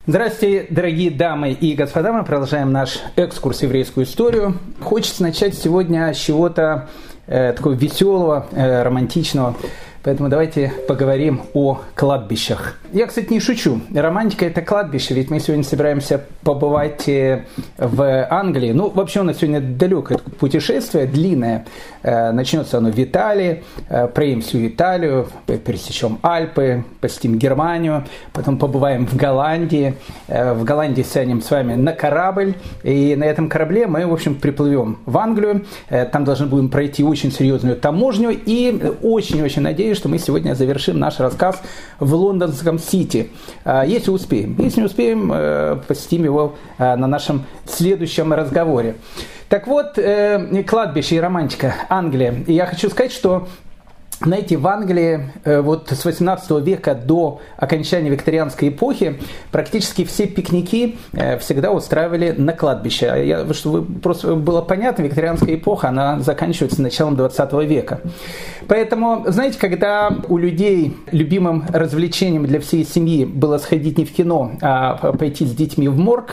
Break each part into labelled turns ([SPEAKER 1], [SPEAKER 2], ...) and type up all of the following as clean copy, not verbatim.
[SPEAKER 1] Здравствуйте, дорогие дамы и господа, мы продолжаем наш экскурс в еврейскую историю. Хочется начать сегодня с чего-то такого веселого, романтичного. Поэтому давайте поговорим о кладбищах. Я, кстати, не шучу. Романтика – это кладбище, ведь мы сегодня собираемся побывать в Англии. Ну, вообще у нас сегодня далекое путешествие, длинное. Начнется оно в Италии, проедем всю Италию, пересечем Альпы, посетим Германию, потом побываем в Голландии. В Голландии сядем с вами на корабль, и на этом корабле мы, в общем, приплывем в Англию. Там должны будем пройти очень серьезную таможню, и очень-очень надеюсь, что мы сегодня завершим наш рассказ в лондонском Сити. Если успеем. Если не успеем, посетим его на нашем следующем разговоре. Так вот, кладбище и романтика, Англия. И я хочу сказать, что, знаете, в Англии вот с 18 века до окончания викторианской эпохи практически все пикники всегда устраивали на кладбище. Чтобы просто было понятно, викторианская эпоха, она заканчивается началом 20 века. Поэтому, знаете, когда у людей любимым развлечением для всей семьи было сходить не в кино, а пойти с детьми в морг,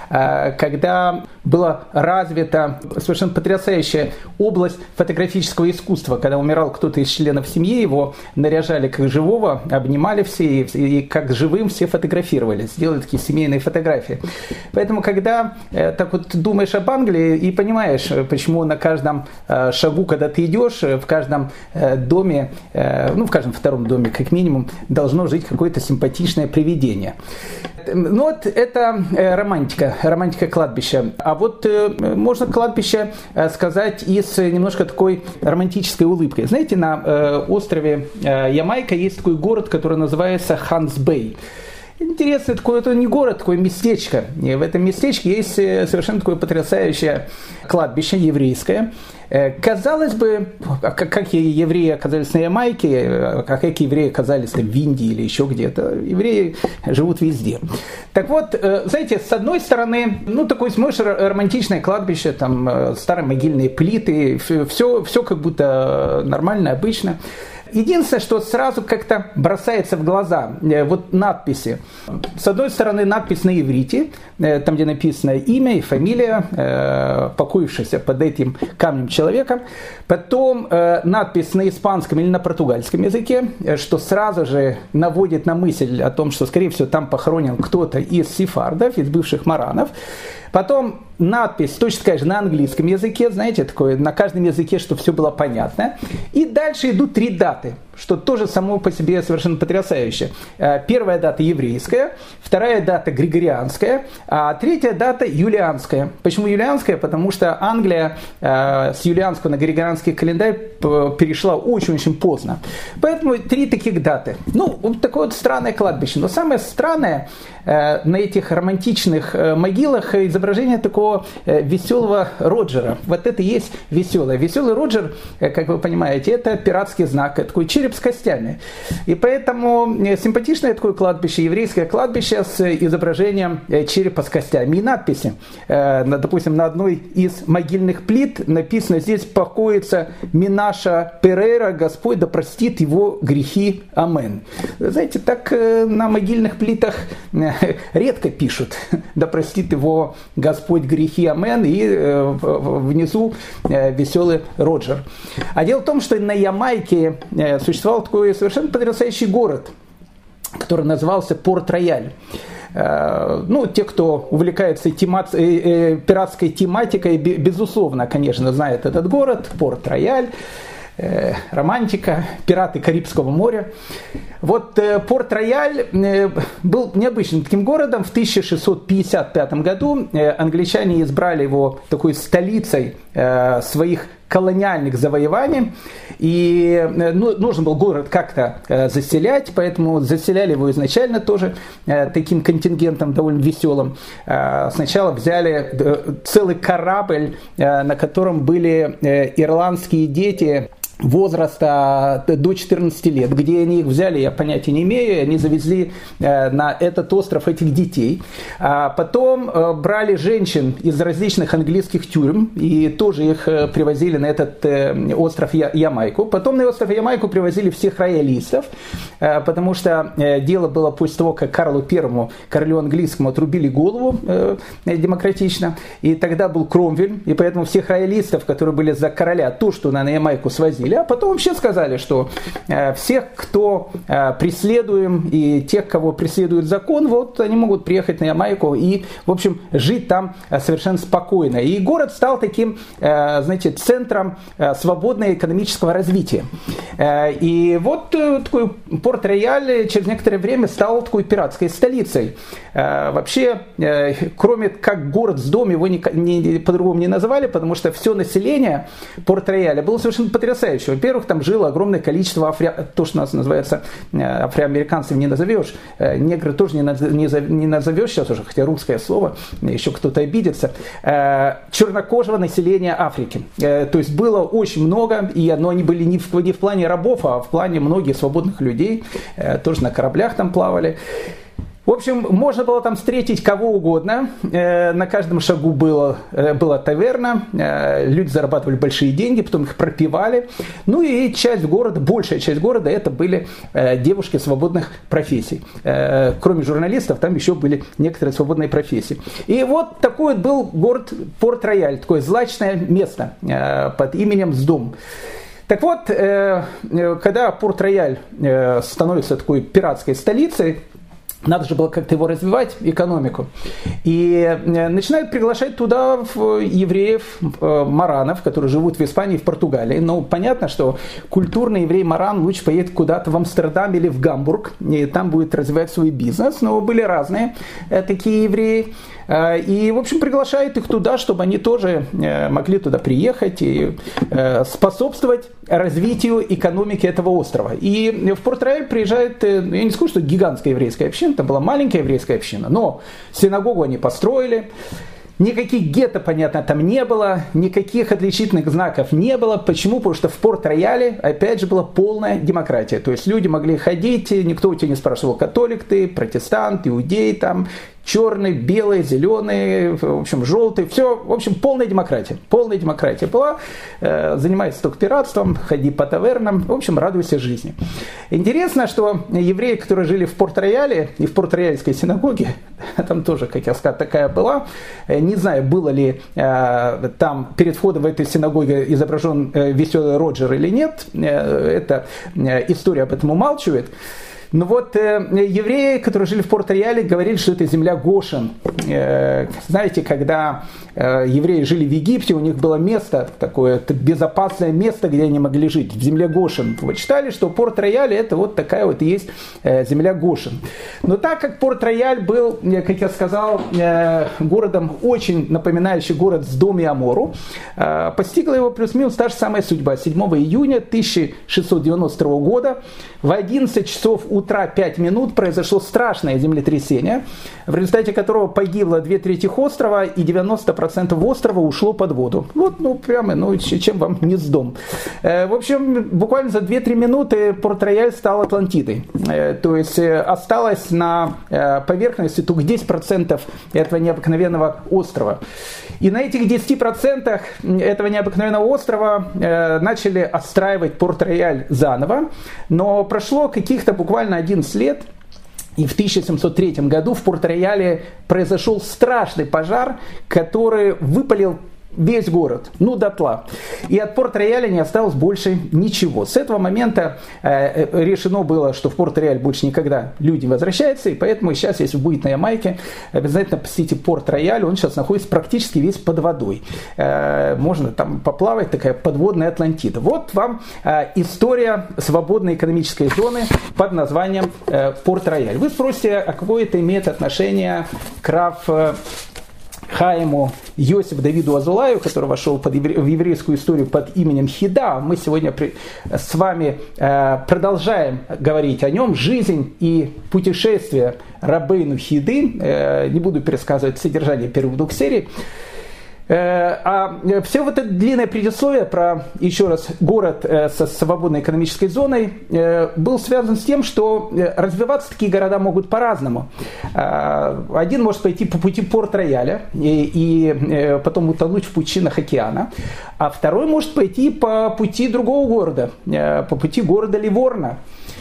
[SPEAKER 1] когда была развита совершенно потрясающая область фотографического искусства, когда умирал кто-то из членов семьи, его наряжали как живого, обнимали все и как живым все фотографировали, сделали такие семейные фотографии. Поэтому, когда так вот думаешь об Англии и понимаешь, почему на каждом шагу, когда ты идешь, в каждом доме, ну, в каждом втором доме, как минимум, должно жить какое-то симпатичное привидение. Ну вот это романтика кладбища. А вот можно кладбище сказать и с немножко такой романтической улыбкой. Знаете, на острове Ямайка есть такой город, который называется Хантс-Бэй. Интересно, это не город, такое местечко. И в этом местечке есть совершенно такое потрясающее кладбище еврейское. Казалось бы, как евреи оказались на Ямайке, как евреи оказались в Индии или еще где-то. Евреи живут везде. Так вот, знаете, с одной стороны, ну, такое, смотришь, романтичное кладбище, там старые могильные плиты, все как будто нормально, обычно. Единственное, что сразу как-то бросается в глаза, вот надписи. С одной стороны, надпись на иврите, там, где написано имя и фамилия покоившегося под этим камнем человека. Потом надпись на испанском или на португальском языке, что сразу же наводит на мысль о том, что, скорее всего, там похоронен кто-то из сефардов, из бывших маранов. Потом надпись, точно такая же, на английском языке, знаете, такое, на каждом языке, чтобы все было понятно. И дальше идут 3 даты, что тоже само по себе совершенно потрясающе. Первая дата еврейская, вторая дата григорианская, а третья дата юлианская. Почему юлианская? Потому что Англия с юлианского на григорианский календарь перешла очень-очень поздно. Поэтому 3 таких даты. Ну, вот такое вот странное кладбище. Но самое странное на этих романтичных могилах изображение такого веселого Роджера. Вот это и есть веселое. Веселый Роджер, как вы понимаете, это пиратский знак, это такой череп с костями. И поэтому симпатичное такое кладбище, еврейское кладбище с изображением черепа с костями. И надписи. Допустим, на одной из могильных плит написано: здесь покоится Минаша Перейра, Господь да простит его грехи. Амен. Знаете, так на могильных плитах редко пишут: да простит его Господь грехи, амен, и внизу веселый Роджер. А дело в том, что на Ямайке существовал такой совершенно потрясающий город, который назывался Порт-Рояль. Ну, те, кто увлекается пиратской тематикой, безусловно, конечно, знают этот город, Порт-Рояль. Романтика, пираты Карибского моря. Вот Порт-Рояль был необычным таким городом. В 1655 году англичане избрали его такой столицей своих колониальных завоеваний. И нужен был город как-то заселять, поэтому заселяли его изначально тоже таким контингентом довольно веселым. Сначала взяли целый корабль, на котором были ирландские дети возраста до 14 лет. Где они их взяли, я понятия не имею. И они завезли на этот остров этих детей. А потом брали женщин из различных английских тюрем и тоже их привозили на этот остров Ямайку. Потом на остров Ямайку привозили всех роялистов, потому что дело было после того, как Карлу Первому, королю английскому, отрубили голову демократично. И тогда был Кромвель. И поэтому всех роялистов, которые были за короля, то, что на Ямайку свозили. А потом вообще сказали, что всех, кто преследуем, и тех, кого преследует закон, вот они могут приехать на Ямайку и, в общем, жить там совершенно спокойно. И город стал таким, знаете, центром свободного экономического развития. И вот такой Порт-Рояль через некоторое время стал такой пиратской столицей. Вообще, кроме как город с дом, его по-другому не называли, потому что все население Порт-Рояля было совершенно потрясающе. Во-первых, там жило огромное количество то, что у нас называется афроамериканцев, не назовешь. Негры тоже не назовешь сейчас уже, хотя русское слово, еще кто-то обидится. Чернокожего населения Африки. То есть было очень много, но они были не в плане рабов, а в плане многих свободных людей. Тоже на кораблях там плавали. В общем, можно было там встретить кого угодно. На каждом шагу была таверна. Люди зарабатывали большие деньги, потом их пропивали. Ну и часть города, большая часть города, это были девушки свободных профессий. Кроме журналистов, там еще были некоторые свободные профессии. И вот такой вот был город Порт-Рояль, такое злачное место под именем Сдом. Так вот, когда Порт-Рояль становится такой пиратской столицей, надо же было как-то его развивать, экономику. И начинают приглашать туда евреев, маранов, которые живут в Испании, в Португалии. Ну, понятно, что культурный еврей-маран лучше поедет куда-то в Амстердам или в Гамбург, и там будет развивать свой бизнес. Но были разные такие евреи. И, в общем, приглашает их туда, чтобы они тоже могли туда приехать и способствовать развитию экономики этого острова. И в Порт-Рояль приезжает, я не скажу, что гигантская еврейская община, там была маленькая еврейская община, но синагогу они построили. Никаких гетто, понятно, там не было, никаких отличительных знаков не было. Почему? Потому что в Порт-Рояле, опять же, была полная демократия. То есть люди могли ходить, никто у тебя не спрашивал, католик ты, протестант, иудей, там, черный, белый, зеленый, в общем, желтый. Все, в общем, полная демократия. Полная демократия была. Занимайся только пиратством, ходи по тавернам, в общем, радуйся жизни. Интересно, что евреи, которые жили в Порт-Рояле и в Порт-Рояльской синагоге, там тоже, как я сказал, такая была. Не знаю, было ли там перед входом в эту синагогу изображен веселый Роджер или нет. Эта история об этом умалчивает. Но вот евреи, которые жили в Порт-Рояле, говорили, что это земля Гошен. Знаете, когда евреи жили в Египте, у них было место, такое безопасное место, где они могли жить, в земле Гошен. Вы читали, что Порт-Рояль это вот такая вот и есть земля Гошен. Но так как Порт-Рояль был, как я сказал, городом, очень напоминающий город Сдом и Амору, постигла его плюс-минус та же самая судьба. 7 июня 1692 года в 11 часов утра 5 минут произошло страшное землетрясение, в результате которого погибло 2/3 острова и 90% острова ушло под воду. Вот, ну, прямо, ну, чем вам не Сдом. В общем, буквально за 2-3 минуты Порт-Рояль стал Атлантидой. То есть осталось на поверхности только 10% этого необыкновенного острова. И на этих 10% этого необыкновенного острова начали отстраивать Порт-Рояль заново, но прошло каких-то буквально 11 лет, и в 1703 году в Порт-Рояле произошел страшный пожар, который выпалил весь город, ну дотла. И от Порт-Рояля не осталось больше ничего. С этого момента решено было, что в Порт-Рояль больше никогда люди не возвращаются, и поэтому сейчас, если вы будете на Ямайке, обязательно посетите Порт-Рояль, он сейчас находится практически весь под водой. Можно там поплавать, такая подводная Атлантида. Вот вам история свободной экономической зоны под названием Порт-Рояль. Вы спросите, а какое это имеет отношение к Рав Хаиму Йосифу Давиду Азулаю, который вошел в еврейскую историю под именем Хида. Мы сегодня с вами продолжаем говорить о нем. Жизнь и путешествие Рабейну Хиды. Не буду пересказывать содержание первых 2 серий. А все вот это длинное предисловие про, еще раз, город со свободной экономической зоной был связан с тем, что развиваться такие города могут по-разному. Один может пойти по пути Порт-Рояля и потом утонуть в пучинах океана, а второй может пойти по пути другого города, по пути города Ливорно.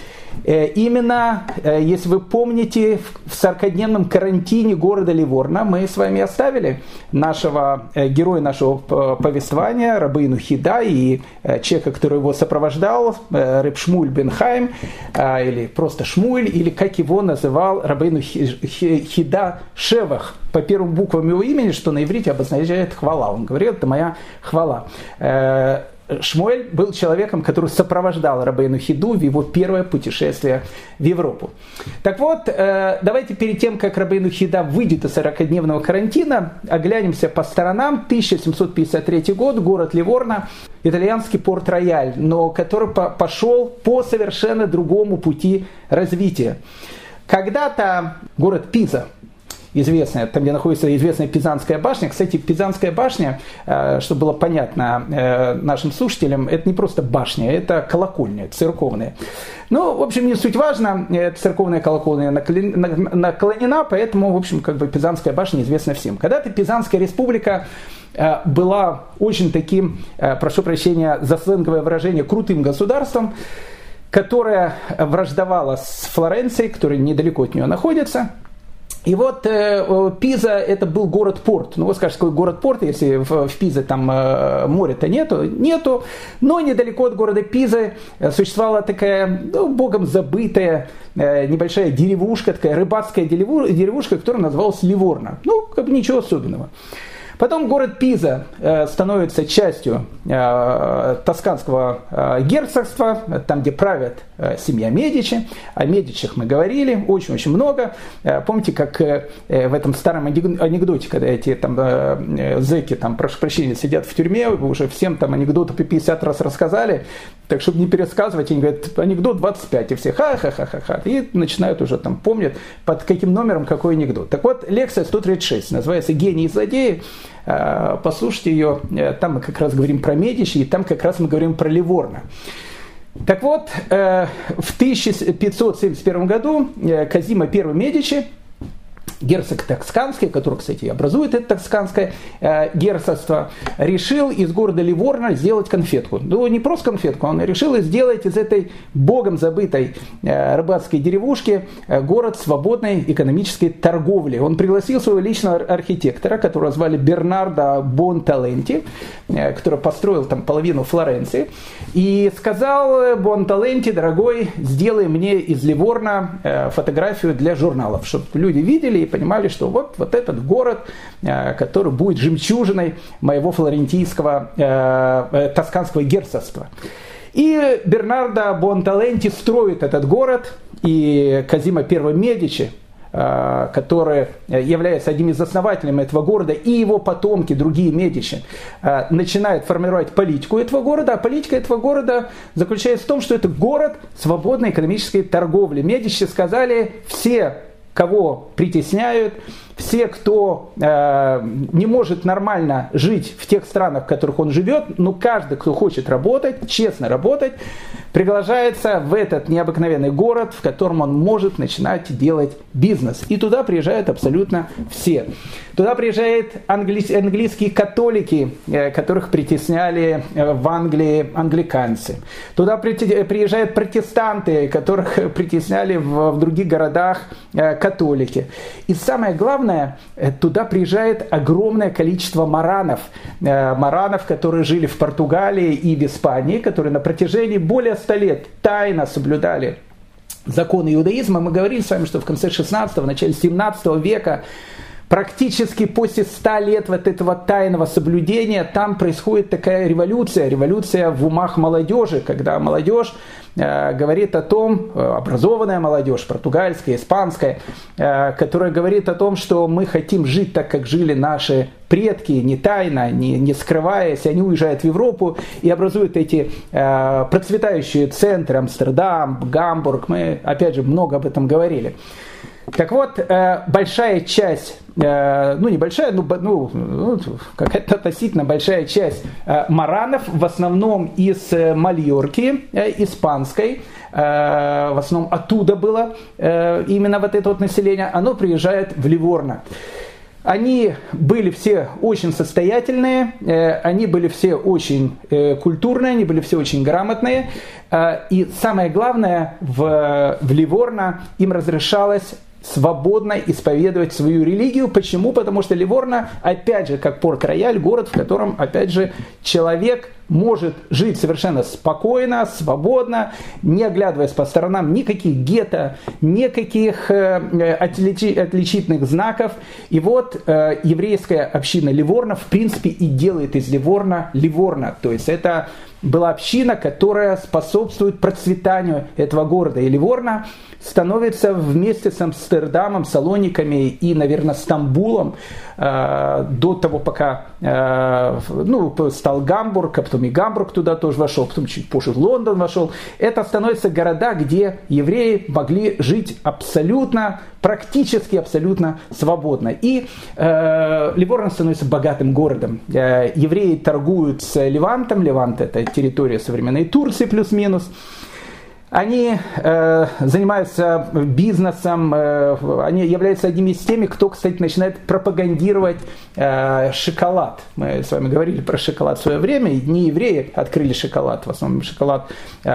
[SPEAKER 1] Именно, если вы помните, в 40-дневном карантине города Ливорно мы с вами оставили героя нашего повествования, Рабейну Хида, и человека, который его сопровождал, Реб Шмуль бен Хаим, или просто Шмуль, или как его называл Рабейну Хида Шевах, по первым буквам его имени, что на иврите обозначает хвала. Он говорил, это моя хвала. Шмуэль был человеком, который сопровождал Рабейну Хиду в его первое путешествие в Европу. Так вот, давайте перед тем, как Рабейну Хида выйдет из 40-дневного карантина, оглянемся по сторонам. 1753 год, город Ливорно, итальянский Порт-Рояль, но который пошел по совершенно другому пути развития. Когда-то город Пиза, известная, там, где находится известная Пизанская башня. Кстати, Пизанская башня, чтобы было понятно нашим слушателям, это не просто башня, это колокольня, церковная. Ну, в общем, не суть важно, церковная колокольня наклонена, поэтому, в общем, как бы Пизанская башня известна всем. Когда-то Пизанская республика была очень таким, прошу прощения за сленговое выражение, крутым государством, которое враждовало с Флоренцией, которая недалеко от нее находится. И вот Пиза это был город-порт. Ну, вы скажете, какой город-порт, если в Пизе там моря-то нету. Но недалеко от города Пизы существовала такая, богом забытая небольшая деревушка, такая рыбацкая деревушка, которая называлась Ливорно. Ну, как бы ничего особенного. Потом город Пиза становится частью тосканского герцогства, там, где правят семья Медичи. О Медичах мы говорили очень-очень много. Помните, как в этом старом анекдоте, когда эти там зэки, там, прошу прощения, сидят в тюрьме, уже всем там анекдоты по 50 раз рассказали, так, чтобы не пересказывать, они говорят, анекдот 25, и все ха-ха-ха-ха-ха, и начинают уже там помнят, под каким номером какой анекдот. Так вот, лекция 136, называется «Гении и злодеи». Послушайте ее, там мы как раз говорим про Медичи, и там как раз мы говорим про Ливорно. Так вот, в 1571 году Козимо I Медичи, герцог Тосканский, который, кстати, образует это Тосканское герцогство, решил из города Ливорно сделать конфетку. Ну, не просто конфетку, он решил сделать из этой богом забытой рыбацкой деревушки город свободной экономической торговли. Он пригласил своего личного архитектора, которого звали Бернардо Бонталенти, который построил там половину Флоренции, и сказал: Бонталенти, дорогой, сделай мне из Ливорно фотографию для журналов, чтобы люди видели и понимали, что вот этот город, который будет жемчужиной моего флорентийского тосканского герцогства. И Бернардо Бонталенти строит этот город, и Козимо I Медичи, который является одним из основателей этого города, и его потомки, другие Медичи, начинают формировать политику этого города. А политика этого города заключается в том, что это город свободной экономической торговли. Медичи сказали: все, кого притесняют, все, кто не может нормально жить в тех странах, в которых он живет, но каждый, кто хочет работать, честно работать, приглашается в этот необыкновенный город, в котором он может начинать делать бизнес. И туда приезжают абсолютно все. Туда приезжают английские католики, которых притесняли в Англии англиканцы. Туда приезжают протестанты, которых притесняли в других городах католики. И самое главное, туда приезжает огромное количество маранов. Маранов, которые жили в Португалии и в Испании, которые на протяжении более 100 лет тайно соблюдали законы иудаизма. Мы говорили с вами, что в конце 16-го, начале 17 века, практически после 100 лет вот этого тайного соблюдения, там происходит такая революция в умах молодежи, когда молодежь говорит о том, образованная молодежь, португальская, испанская, которая говорит о том, что мы хотим жить так, как жили наши предки, не тайно, не скрываясь. Они уезжают в Европу и образуют эти процветающие центры: Амстердам, Гамбург. Мы, опять же, много об этом говорили. Так вот, большая часть, небольшая, какая-то относительно большая часть маранов, в основном из Мальорки, испанской, в основном оттуда было именно вот это вот население, оно приезжает в Ливорно. Они были все очень состоятельные, они были все очень культурные, они были все очень грамотные. И самое главное, в Ливорно им разрешалось свободно исповедовать свою религию. Почему? Потому что Ливорно, опять же, как Порт-Рояль, город, в котором, опять же, человек может жить совершенно спокойно, свободно, не оглядываясь по сторонам, никаких гетто, никаких отличительных знаков. И вот еврейская община Ливорно, в принципе, и делает из Ливорно Ливорно. То есть это была община, которая способствует процветанию этого города. И Ливорно становится вместе с Амстердамом, Салониками и, наверное, Стамбулом до того, пока стал Гамбург, а потом и Гамбург туда тоже вошел, потом чуть позже Лондон вошел. Это становятся города, где евреи могли жить абсолютно, практически абсолютно свободно. И Ливорно становится богатым городом. Евреи торгуют с Левантом. Левант – это территория современной Турции плюс-минус. Они занимаются бизнесом, они являются одними из теми, кто, кстати, начинает пропагандировать шоколад. Мы с вами говорили про шоколад в свое время, и не евреи открыли шоколад, в основном шоколад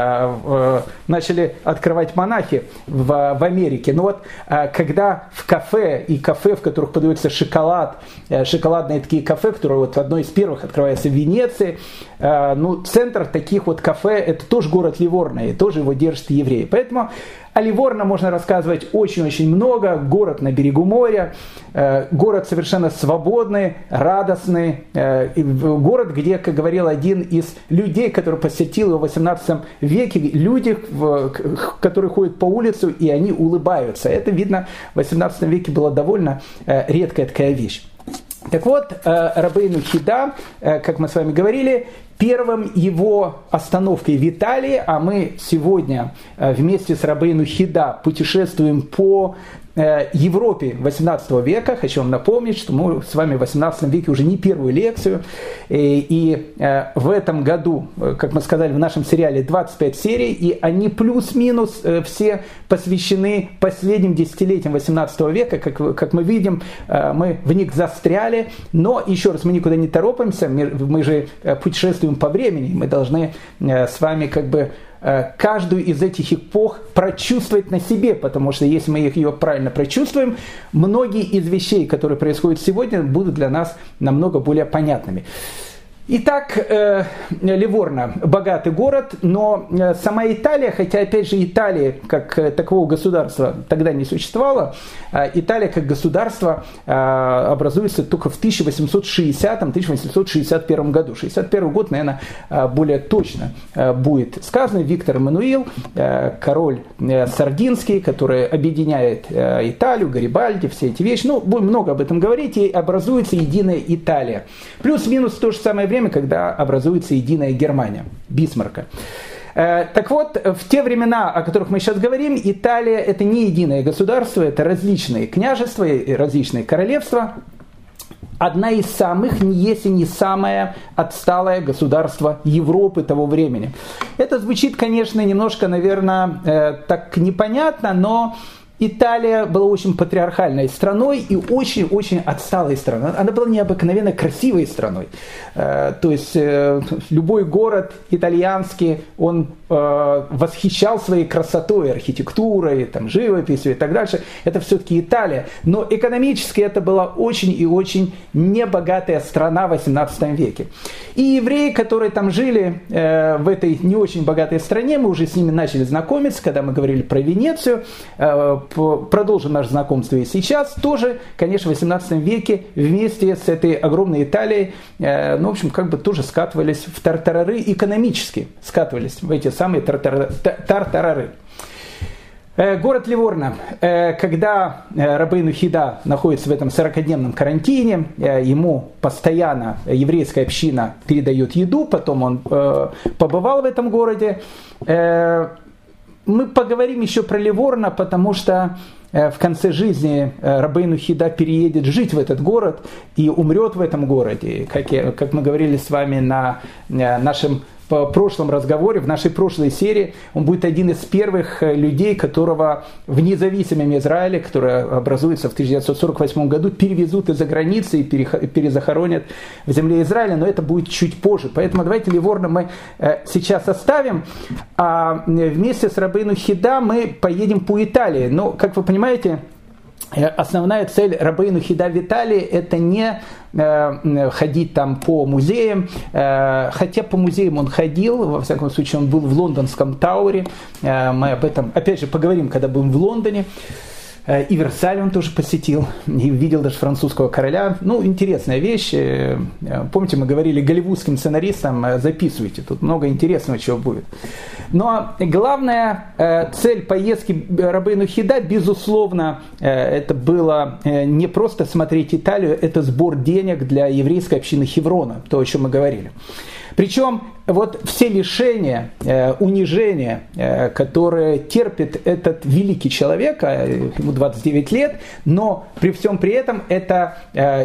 [SPEAKER 1] начали открывать монахи в Америке. Но вот когда в кафе, в которых подается шоколад, шоколадные такие кафе, которые вот одно из первых открывается в Венеции, центр таких вот кафе, это тоже город Ливорно, и тоже его держат евреи. Поэтому о Ливорно можно рассказывать очень-очень много. Город на берегу моря, город совершенно свободный, радостный, город, где, как говорил один из людей, который посетил его в 18 веке, люди, которые ходят по улице, и они улыбаются. Это, видно, в 18 веке была довольно редкая такая вещь. Так вот, Рабейну Хида, как мы с вами говорили, первым его остановкой в Италии, а мы сегодня вместе с Рабейну Хида путешествуем по Европе 18 века. Хочу вам напомнить, что мы с вами в 18 веке уже не первую лекцию. И в этом году, как мы сказали, в нашем сериале 25 серий, и они плюс-минус все посвящены последним десятилетиям 18 века. Как мы видим, мы в них застряли. Но, еще раз, мы никуда не торопимся, мы же путешествуем по времени. Мы должны с вами каждую из этих эпох прочувствовать на себе, потому что если мы ее правильно прочувствуем, многие из вещей, которые происходят сегодня, будут для нас намного более понятными. Итак, Ливорно – богатый город, но сама Италия, хотя, опять же, Италии как такового государства тогда не существовало, Италия как государство образуется только в 1860-1861 году. 61 год, наверное, более точно будет сказано. Виктор Эммануил, король Сардинский, который объединяет Италию, Гарибальди, все эти вещи. Будем много об этом говорить, и образуется единая Италия. Плюс-минус в то же самое время, когда образуется единая Германия, Бисмарка. Так вот, в те времена, о которых мы сейчас говорим, Италия – это не единое государство, это различные княжества и различные королевства. Одна из самых, если не самое отсталое государство Европы того времени. Это звучит, конечно, немножко, наверное, так непонятно, но Италия была очень патриархальной страной и очень-очень отсталой страной. Она была необыкновенно красивой страной. То есть любой город итальянский, он восхищал своей красотой, архитектурой, живописью и так дальше. Это все-таки Италия. Но экономически это была очень и очень небогатая страна в 18 веке. И евреи, которые там жили в этой не очень богатой стране, мы уже с ними начали знакомиться, когда мы говорили про Венецию, продолжим наше знакомство и сейчас, тоже, конечно, в 18 веке вместе с этой огромной Италией, тоже скатывались в тартарары экономически, скатывались в эти самые тартарары. Город Ливорно, когда Рабейну Хида находится в этом 40-дневном карантине, ему постоянно еврейская община передает еду, потом он побывал в этом городе. мы поговорим еще про Ливорно, потому что в конце жизни Рабейну Хида переедет жить в этот город и умрет в этом городе. Как мы говорили с вами на нашем прошлом разговоре, в нашей прошлой серии, он будет один из первых людей, которого в независимом Израиле, который образуется в 1948 году, перевезут из-за границы и перезахоронят в земле Израиля, но это будет чуть позже. Поэтому давайте Ливорно мы сейчас оставим, а вместе с Рабейну Хида мы поедем по Италии. Но, как вы понимаете, основная цель Рабейну Хида в Италии – это не ходить там по музеям, хотя по музеям он ходил, во всяком случае он был в лондонском Тауэре, мы об этом опять же поговорим, когда будем в Лондоне. И Версаль он тоже посетил, и видел даже французского короля. Ну, интересная вещь. Помните, мы говорили голливудским сценаристам, записывайте, тут много интересного чего будет. Но главная цель поездки Рабейну Хида, безусловно, это было не просто смотреть Италию, это сбор денег для еврейской общины Хеврона, то, о чем мы говорили. Причем вот все лишения, унижения, которые терпит этот великий человек, ему 29 лет, но при всем при этом это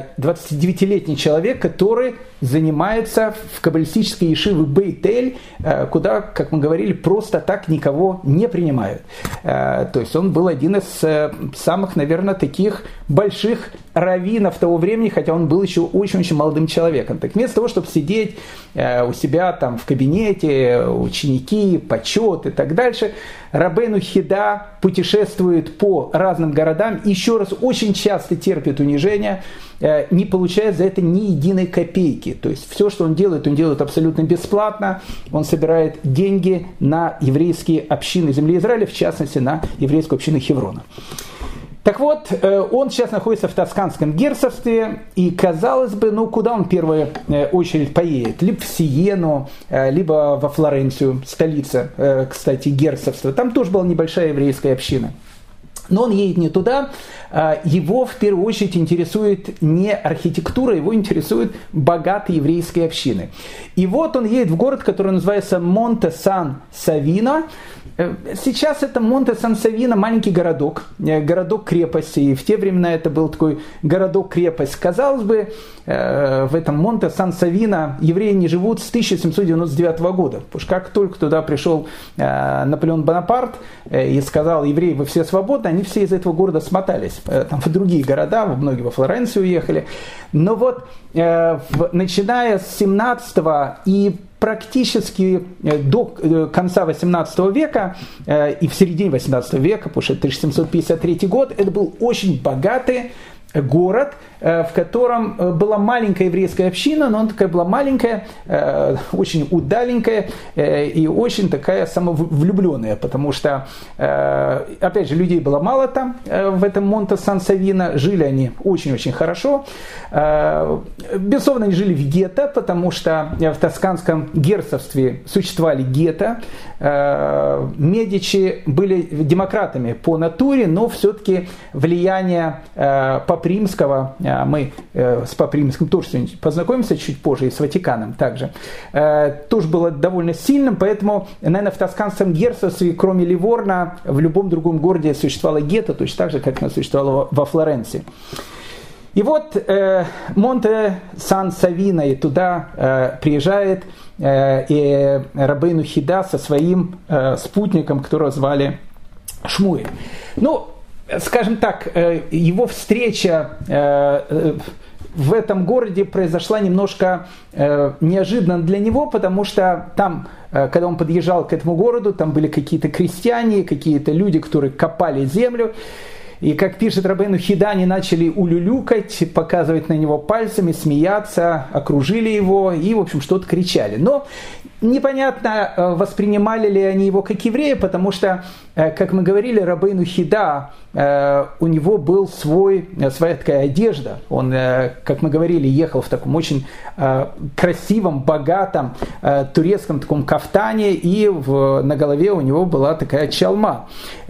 [SPEAKER 1] 29-летний человек, который занимается в каббалистической ешиве Бейт-Эль, куда, как мы говорили, просто так никого не принимают. То есть он был один из самых, наверное, таких больших раввинов того времени, хотя он был еще очень-очень молодым человеком. Так вместо того, чтобы сидеть у себя там в кабинете, ученики, почет и так дальше, Рабейну Хида путешествует по разным городам, еще раз очень часто терпит унижение, не получая за это ни единой копейки. То есть все, что он делает абсолютно бесплатно. Он собирает деньги на еврейские общины земли Израиля, в частности на еврейскую общину Хеврона. Так вот, он сейчас находится в Тосканском герцогстве, и, казалось бы, ну куда он в первую очередь поедет? Либо в Сиену, либо во Флоренцию, столица, кстати, герцогства. Там тоже была небольшая еврейская община. Но он едет не туда, его в первую очередь интересует не архитектура, его интересуют богатые еврейские общины. И вот он едет в город, который называется Монте-Сан-Савино. Сейчас это Монте-Сан-Савино, маленький городок, городок-крепость, и в те времена это был такой городок-крепость. Казалось бы, в этом Монте-Сан-Савино евреи не живут с 1799 года, потому что как только туда пришел Наполеон Бонапарт и сказал: евреи, вы все свободны, они все из этого города смотались там, в другие города, многие во Флоренцию уехали. Но вот начиная с 17-го и практически до конца 18 века и в середине 18 века, потому что это 1753 год, это был очень богатый город, в котором была маленькая еврейская община, но она такая была маленькая, очень удаленькая и очень такая самовлюбленная, потому что, опять же, людей было мало там, в этом Монте-Сан-Савино, жили они очень-очень хорошо. Безусловно, они жили в гетто, потому что в Тосканском герцогстве существовали гетто. Медичи были демократами по натуре, но все-таки влияние Папы Римского, мы с Папой Римским тоже познакомимся чуть позже, и с Ватиканом также, тоже было довольно сильным, поэтому, наверное, в Тосканском герцогстве, кроме Ливорно, в любом другом городе существовало гетто, точно так же, как оно существовало во Флоренции. И вот Монте-Сан-Савино, и туда приезжает и Рабейну Хида со своим спутником, которого звали Шмуэль. Ну, скажем так, его встреча в этом городе произошла немножко неожиданно для него, потому что там, когда он подъезжал к этому городу, там были какие-то крестьяне, какие-то люди, которые копали землю. И, как пишет Рабейну Хида, они начали улюлюкать, показывать на него пальцами, смеяться, окружили его и, в общем, что-то кричали. Но непонятно, воспринимали ли они его как еврея, потому что, как мы говорили, Рабейну Хида, у него был своя такая одежда. Он, как мы говорили, ехал в таком очень красивом, богатом турецком таком кафтане, и на голове у него была такая чалма.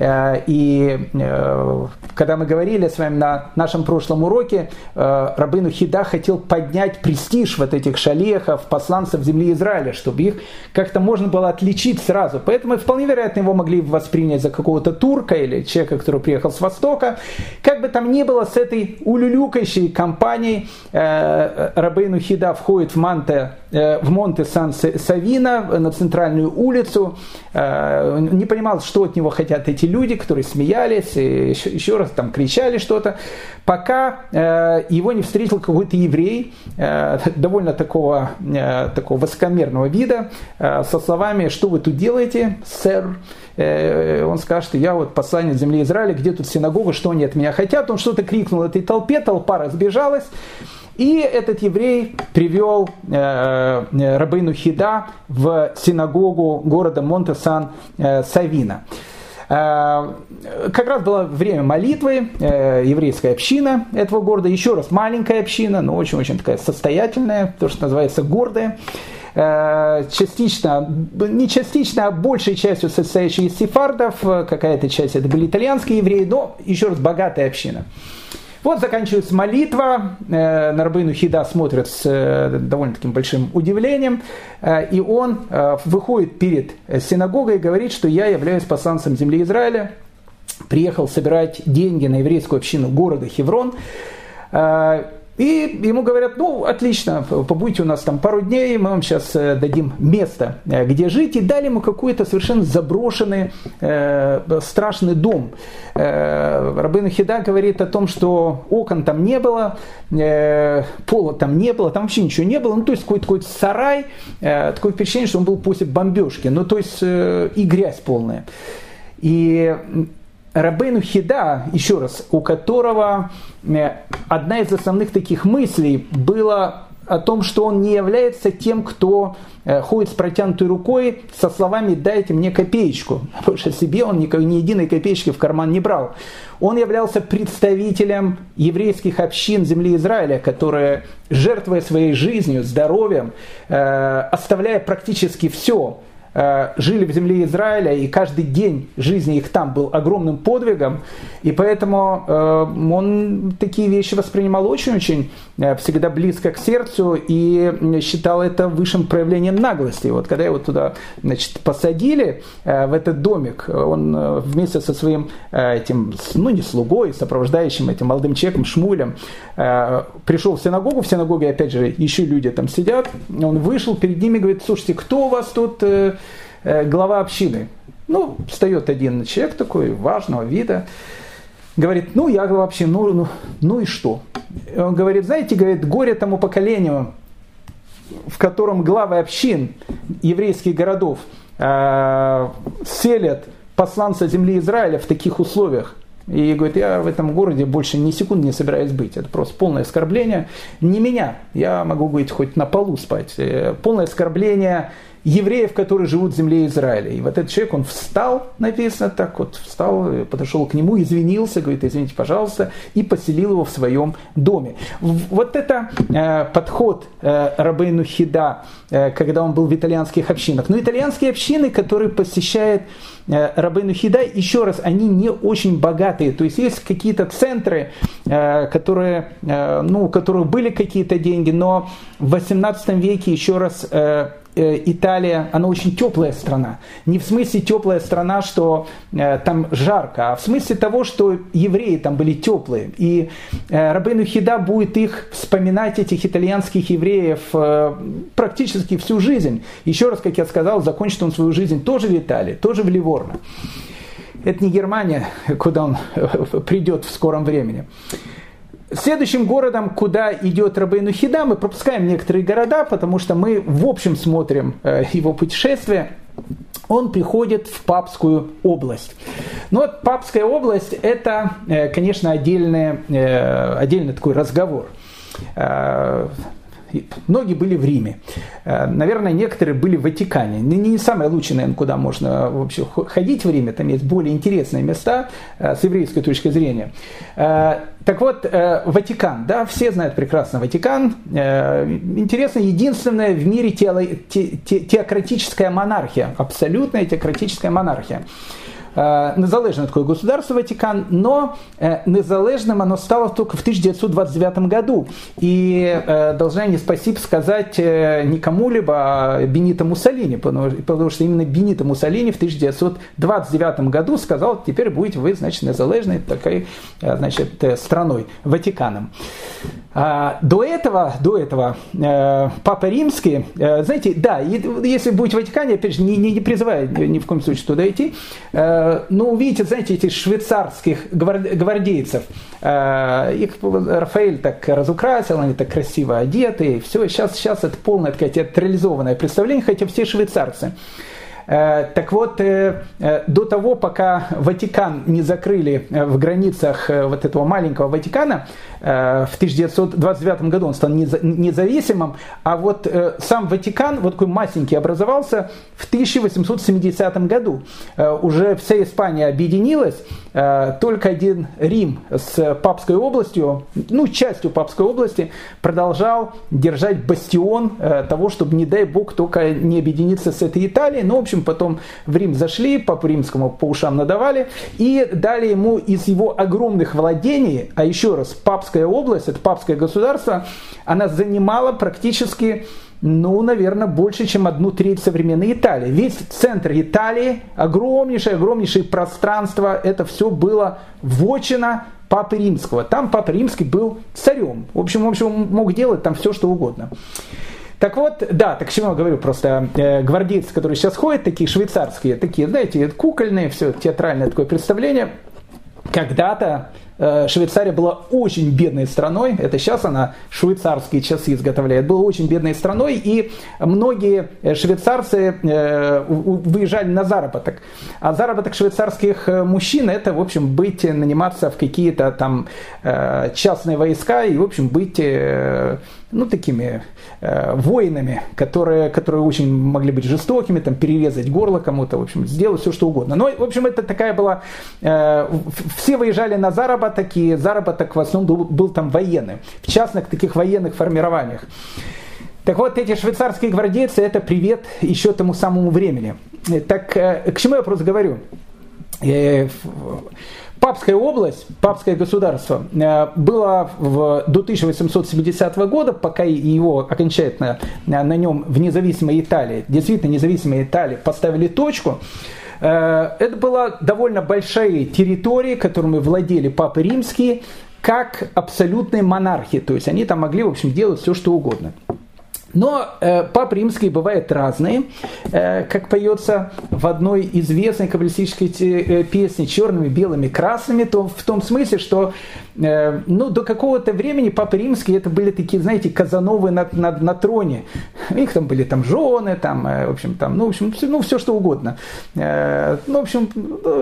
[SPEAKER 1] И когда мы говорили с вами на нашем прошлом уроке, Рабейну Хида хотел поднять престиж вот этих шалехов, посланцев земли Израиля, чтобы их как-то можно было отличить сразу. Поэтому вполне вероятно его могли воспринять за какого-то турка или человека, который приехал с Востока. Как бы там ни было, с этой улюлюкающей компанией Рабейну Хида входит в Монте Сан-Савино, на центральную улицу. Не понимал, что от него хотят эти люди, которые смеялись, и еще раз там кричали что-то, пока его не встретил какой-то еврей, довольно такого высокомерного вида, со словами: «Что вы тут делаете, сэр?» Он скажет, что я вот посланец земли Израиля, где тут синагога, что они от меня хотят. Он что-то крикнул этой толпе, толпа разбежалась. И этот еврей привел Рабейну Хида в синагогу города Монте-Сан-Савино. Как раз было время молитвы, еврейская община этого города, еще раз маленькая община, но очень-очень такая состоятельная, то, что называется гордая, частично, не частично, а большей частью состоящая из сефардов, какая-то часть это были итальянские евреи, но еще раз богатая община. Вот заканчивается молитва, на Рабейну Хида смотрят с довольно таким большим удивлением, и он выходит перед синагогой и говорит, что я являюсь посланцем земли Израиля, приехал собирать деньги на еврейскую общину города Хеврон. И ему говорят: ну, отлично, побудьте у нас там пару дней, мы вам сейчас дадим место, где жить. И дали ему какой-то совершенно заброшенный, страшный дом. Рабейну Хида говорит о том, что окон там не было, пола там не было, там вообще ничего не было. Ну, то есть какой-то сарай, такое впечатление, что он был после бомбежки. Ну, то есть и грязь полная. И Рабейну Хида, еще раз, у которого одна из основных таких мыслей была о том, что он не является тем, кто ходит с протянутой рукой со словами «дайте мне копеечку», потому что себе он ни единой копеечки в карман не брал. Он являлся представителем еврейских общин земли Израиля, которые, жертвуя своей жизнью, здоровьем, оставляя практически все, жили в земле Израиля, и каждый день жизни их там был огромным подвигом, и поэтому он такие вещи воспринимал очень-очень всегда близко к сердцу и считал это высшим проявлением наглости. Вот когда его туда, значит, посадили, в этот домик, он вместе со своим этим, ну не слугой, сопровождающим этим молодым человеком Шмулем, пришел в синагогу, в синагоге опять же еще люди там сидят, он вышел перед ними и говорит: слушайте, кто у вас тут глава общины? Ну, встает один человек такой, важного вида, говорит: ну, я глава общины, ну и что? Он говорит: знаете, говорит, горе тому поколению, в котором главы общин еврейских городов селят посланца земли Израиля в таких условиях. И говорит: я в этом городе больше ни секунды не собираюсь быть. Это просто полное оскорбление. Не меня. Я могу, говорить, хоть на полу спать. Полное оскорбление евреев, которые живут в земле Израиля. И вот этот человек, он встал, написано так, вот встал, подошел к нему, извинился, говорит: извините, пожалуйста, и поселил его в своем доме. Вот это подход Рабейну Хида, когда он был в итальянских общинах. Но итальянские общины, которые посещает Рабейну Хида, еще раз, они не очень богатые. То есть есть какие-то центры, которые, ну, у которых были какие-то деньги, но в 18 веке, еще раз, Италия, она очень теплая страна. Не в смысле теплая страна, что там жарко, а в смысле того, что евреи там были теплые. И Рабейну Хида будет их вспоминать, этих итальянских евреев, практически всю жизнь. Еще раз, как я сказал, закончит он свою жизнь тоже в Италии, тоже в Ливорно. Это не Германия, куда он придет в скором времени. Следующим городом, куда идет Рабейну Хида, мы пропускаем некоторые города, потому что мы в общем смотрим его путешествие. Он приходит в Папскую область. Но вот Папская область – это, конечно, отдельный такой разговор. Многие были в Риме. Наверное, некоторые были в Ватикане. Не самое лучшее, наверное, куда можно вообще ходить в Риме. Там есть более интересные места с еврейской точки зрения. Так вот, Ватикан, да, все знают прекрасно Ватикан. Интересно, единственная в мире теократическая монархия, абсолютная теократическая монархия. незалежне такое государство Ватикан, но незалежным оно стало только в 1929 году. И должна не спасибо сказать не кому-либо, а Бенито Муссолини, потому что именно Бенито Муссолини в 1929 году сказал: теперь будете вы, значит, незалежной такой, значит, страной, Ватиканом. До этого Папа Римский, знаете, да, если будете в Ватикане, опять же, не призываю ни в коем случае туда идти, но увидите, знаете, этих швейцарских гвардейцев, их Рафаэль так разукрасил, они так красиво одеты, и все, сейчас это полное такое театрализованное представление, хотя все швейцарцы. Так вот, до того, пока Ватикан не закрыли в границах вот этого маленького Ватикана, в 1929 году он стал независимым, а вот сам Ватикан, вот такой масенький, образовался в 1870 году. Уже вся Испания объединилась, только один Рим с Папской областью, частью Папской области, продолжал держать бастион того, чтобы, не дай бог, только не объединиться с этой Италией. В общем, потом в Рим зашли, Папу Римскому по ушам надавали и дали ему из его огромных владений, а еще раз, Папская область, это папское государство, она занимала практически, наверное, больше, чем 1/3 современной Италии. Весь центр Италии, огромнейшее пространство, это все было вотчина Папы Римского. Там Папа Римский был царем. В общем, он мог делать там все, что угодно. Так вот, да, так к чему я говорю, просто гвардейцы, которые сейчас ходят, такие швейцарские, такие, знаете, кукольные, все, театральное такое представление. Когда-то Швейцария была очень бедной страной, это сейчас она швейцарские часы изготовляет, была очень бедной страной, и многие швейцарцы выезжали на заработок. А заработок швейцарских мужчин — это, в общем, наниматься в какие-то там частные войска и, в общем, быть такими воинами, которые очень могли быть жестокими, там, перерезать горло кому-то, в общем, сделать все, что угодно. Но, в общем, это такая была... Все выезжали на заработок, и заработок в основном был там военный, в частных таких военных формированиях. Так вот, эти швейцарские гвардейцы — это привет еще тому самому времени. Так, к чему я просто говорю? Папская область, папское государство было до 1870 года, пока его окончательно на нем в независимой Италии, действительно независимой Италии, поставили точку. Это была довольно большая территория, которыми владели папы римские, как абсолютные монархи. То есть они там могли, в общем, делать все, что угодно. Но папы римские бывают разные, как поется в одной известной каббалистической песне «Черными, белыми, красными», то в том смысле, что до какого-то времени папы римские это были такие, знаете, казановы на троне. У них там были там жены, там, в общем, все что угодно. В общем,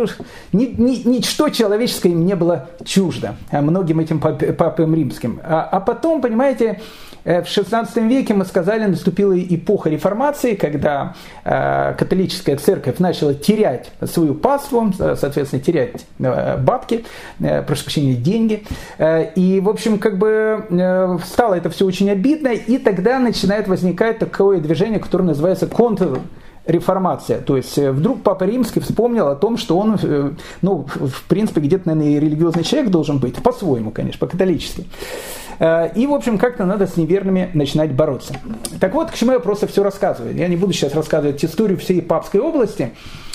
[SPEAKER 1] ничто человеческое им не было чуждо, многим этим папам римским. А потом, понимаете, в XVI веке, мы сказали, наступила эпоха реформации, когда католическая церковь начала терять свою паству, соответственно, терять бабки, прошу прощения, деньги. И, в общем, стало это все очень обидно, и тогда начинает возникать такое движение, которое называется контрреформация. То есть вдруг Папа Римский вспомнил о том, что он, в принципе, где-то, наверное, и религиозный человек должен быть, по-своему, конечно, по-католически. И, в общем, как-то надо с неверными начинать бороться. Так вот, к чему я просто все рассказываю. Я не буду сейчас рассказывать историю всей Папской области.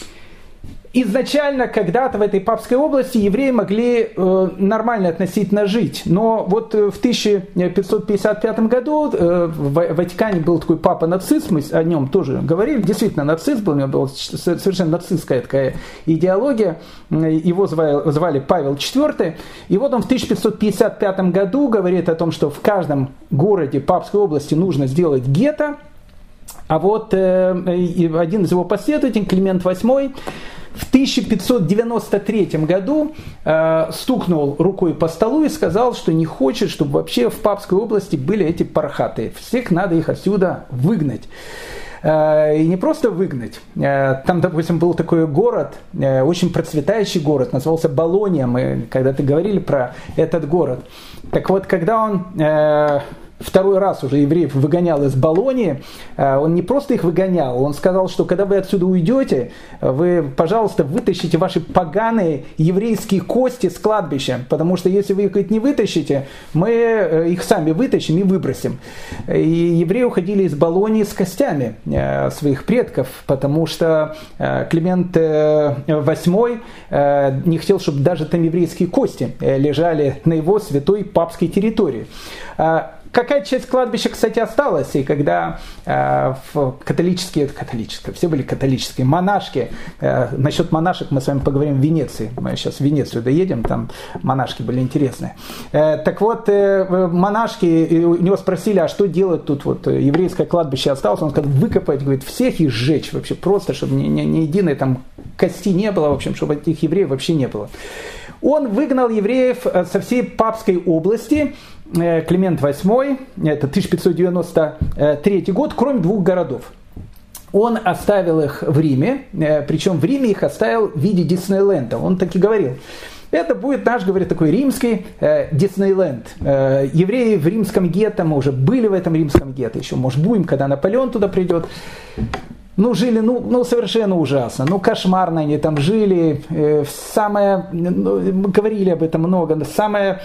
[SPEAKER 1] Изначально, когда-то в этой Папской области евреи могли нормально относительно жить. Но вот в 1555 году в Ватикане был такой папа-нацист, мы о нем тоже говорили, действительно нацист был, у него была совершенно нацистская такая идеология, его звали Павел IV. И вот он в 1555 году говорит о том, что в каждом городе Папской области нужно сделать гетто. А вот один из его последователей, Климент VIII, в 1593 году стукнул рукой по столу и сказал, что не хочет, чтобы вообще в Папской области были эти пархаты. Всех надо их отсюда выгнать. И не просто выгнать. Там, допустим, был такой город, очень процветающий город, назывался Болонья. Мы когда-то говорили про этот город. Так вот, когда он второй раз уже евреев выгонял из Болонии, он не просто их выгонял, он сказал, что когда вы отсюда уйдете, вы, пожалуйста, вытащите ваши поганые еврейские кости с кладбища, потому что если вы их не вытащите, мы их сами вытащим и выбросим. И евреи уходили из Болонии с костями своих предков, потому что Климент VIII не хотел, чтобы даже там еврейские кости лежали на его святой папской территории. Какая часть кладбища, кстати, осталась, и когда католические, все были католические, монашки, насчет монашек мы с вами поговорим в Венеции, мы сейчас в Венецию доедем, там монашки были интересные. Так вот, монашки у него спросили, а что делать тут, вот еврейское кладбище осталось, он сказал, выкопать, говорит, всех и сжечь вообще, просто, чтобы ни единой там кости не было, в общем, чтобы этих евреев вообще не было. Он выгнал евреев со всей Папской области, Климент VIII, это 1593 год, кроме 2 городов. Он оставил их в Риме, причем в Риме их оставил в виде Диснейленда. Он так и говорил. Это будет наш, говорит, такой римский Диснейленд. Евреи в римском гетто, мы уже были в этом римском гетто, еще, может, будем, когда Наполеон туда придет. Жили, совершенно ужасно. Кошмарно они там жили. Мы говорили об этом много. Самая,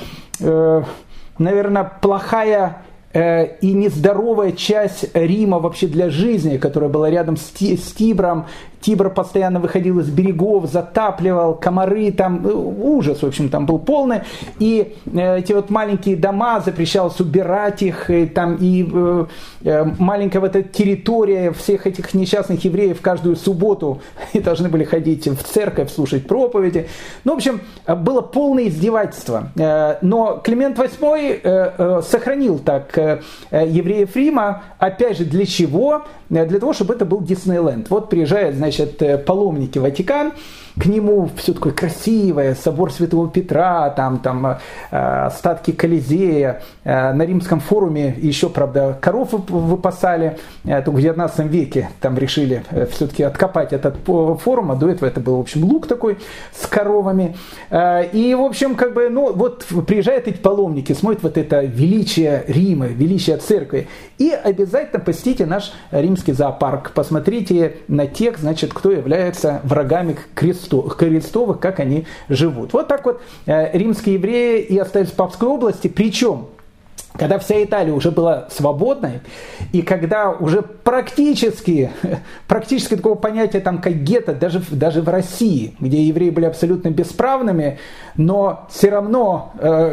[SPEAKER 1] наверное, плохая и нездоровая часть Рима вообще для жизни, которая была рядом с Тибром. Тибр постоянно выходил из берегов, затапливал, комары, там ужас, в общем, там был полный. И эти вот маленькие дома, запрещалось убирать их, и маленькая вот эта территория всех этих несчастных евреев каждую субботу и должны были ходить в церковь, слушать проповеди. В общем, было полное издевательство. Но Климент VIII сохранил так евреев Рима, опять же, для чего? Для того, чтобы это был Диснейленд. Вот приезжают, значит, паломники в Ватикан, к нему все такое красивое, собор Святого Петра, там остатки Колизея. На Римском форуме еще, правда, коров выпасали, только в XIX веке там решили все-таки откопать этот форум, а до этого это был, в общем, луг такой с коровами. И, в общем, приезжают эти паломники, смотрят вот это величие Рима, величие церкви, и обязательно посетите наш римский зоопарк, посмотрите на тех, значит, кто является врагами Христовых, как они живут. Вот так вот римские евреи и остались в Папской области, причем когда вся Италия уже была свободной, и когда уже практически такого понятия, там, как гетто, даже в России, где евреи были абсолютно бесправными, но все равно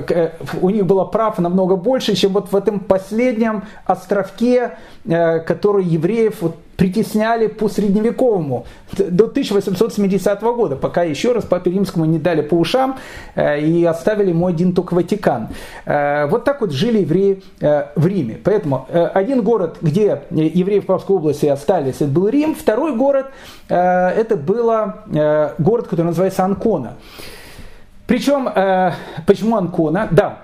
[SPEAKER 1] у них было прав намного больше, чем вот в этом последнем островке, который евреев притесняли по средневековому, до 1870 года, пока еще раз Папе Римскому не дали по ушам и оставили ему один только Ватикан. Вот так вот жили евреи в Риме. Поэтому один город, где евреи в Папской области остались, это был Рим. Второй город, это был город, который называется Анкона. Причем, почему Анкона? Да,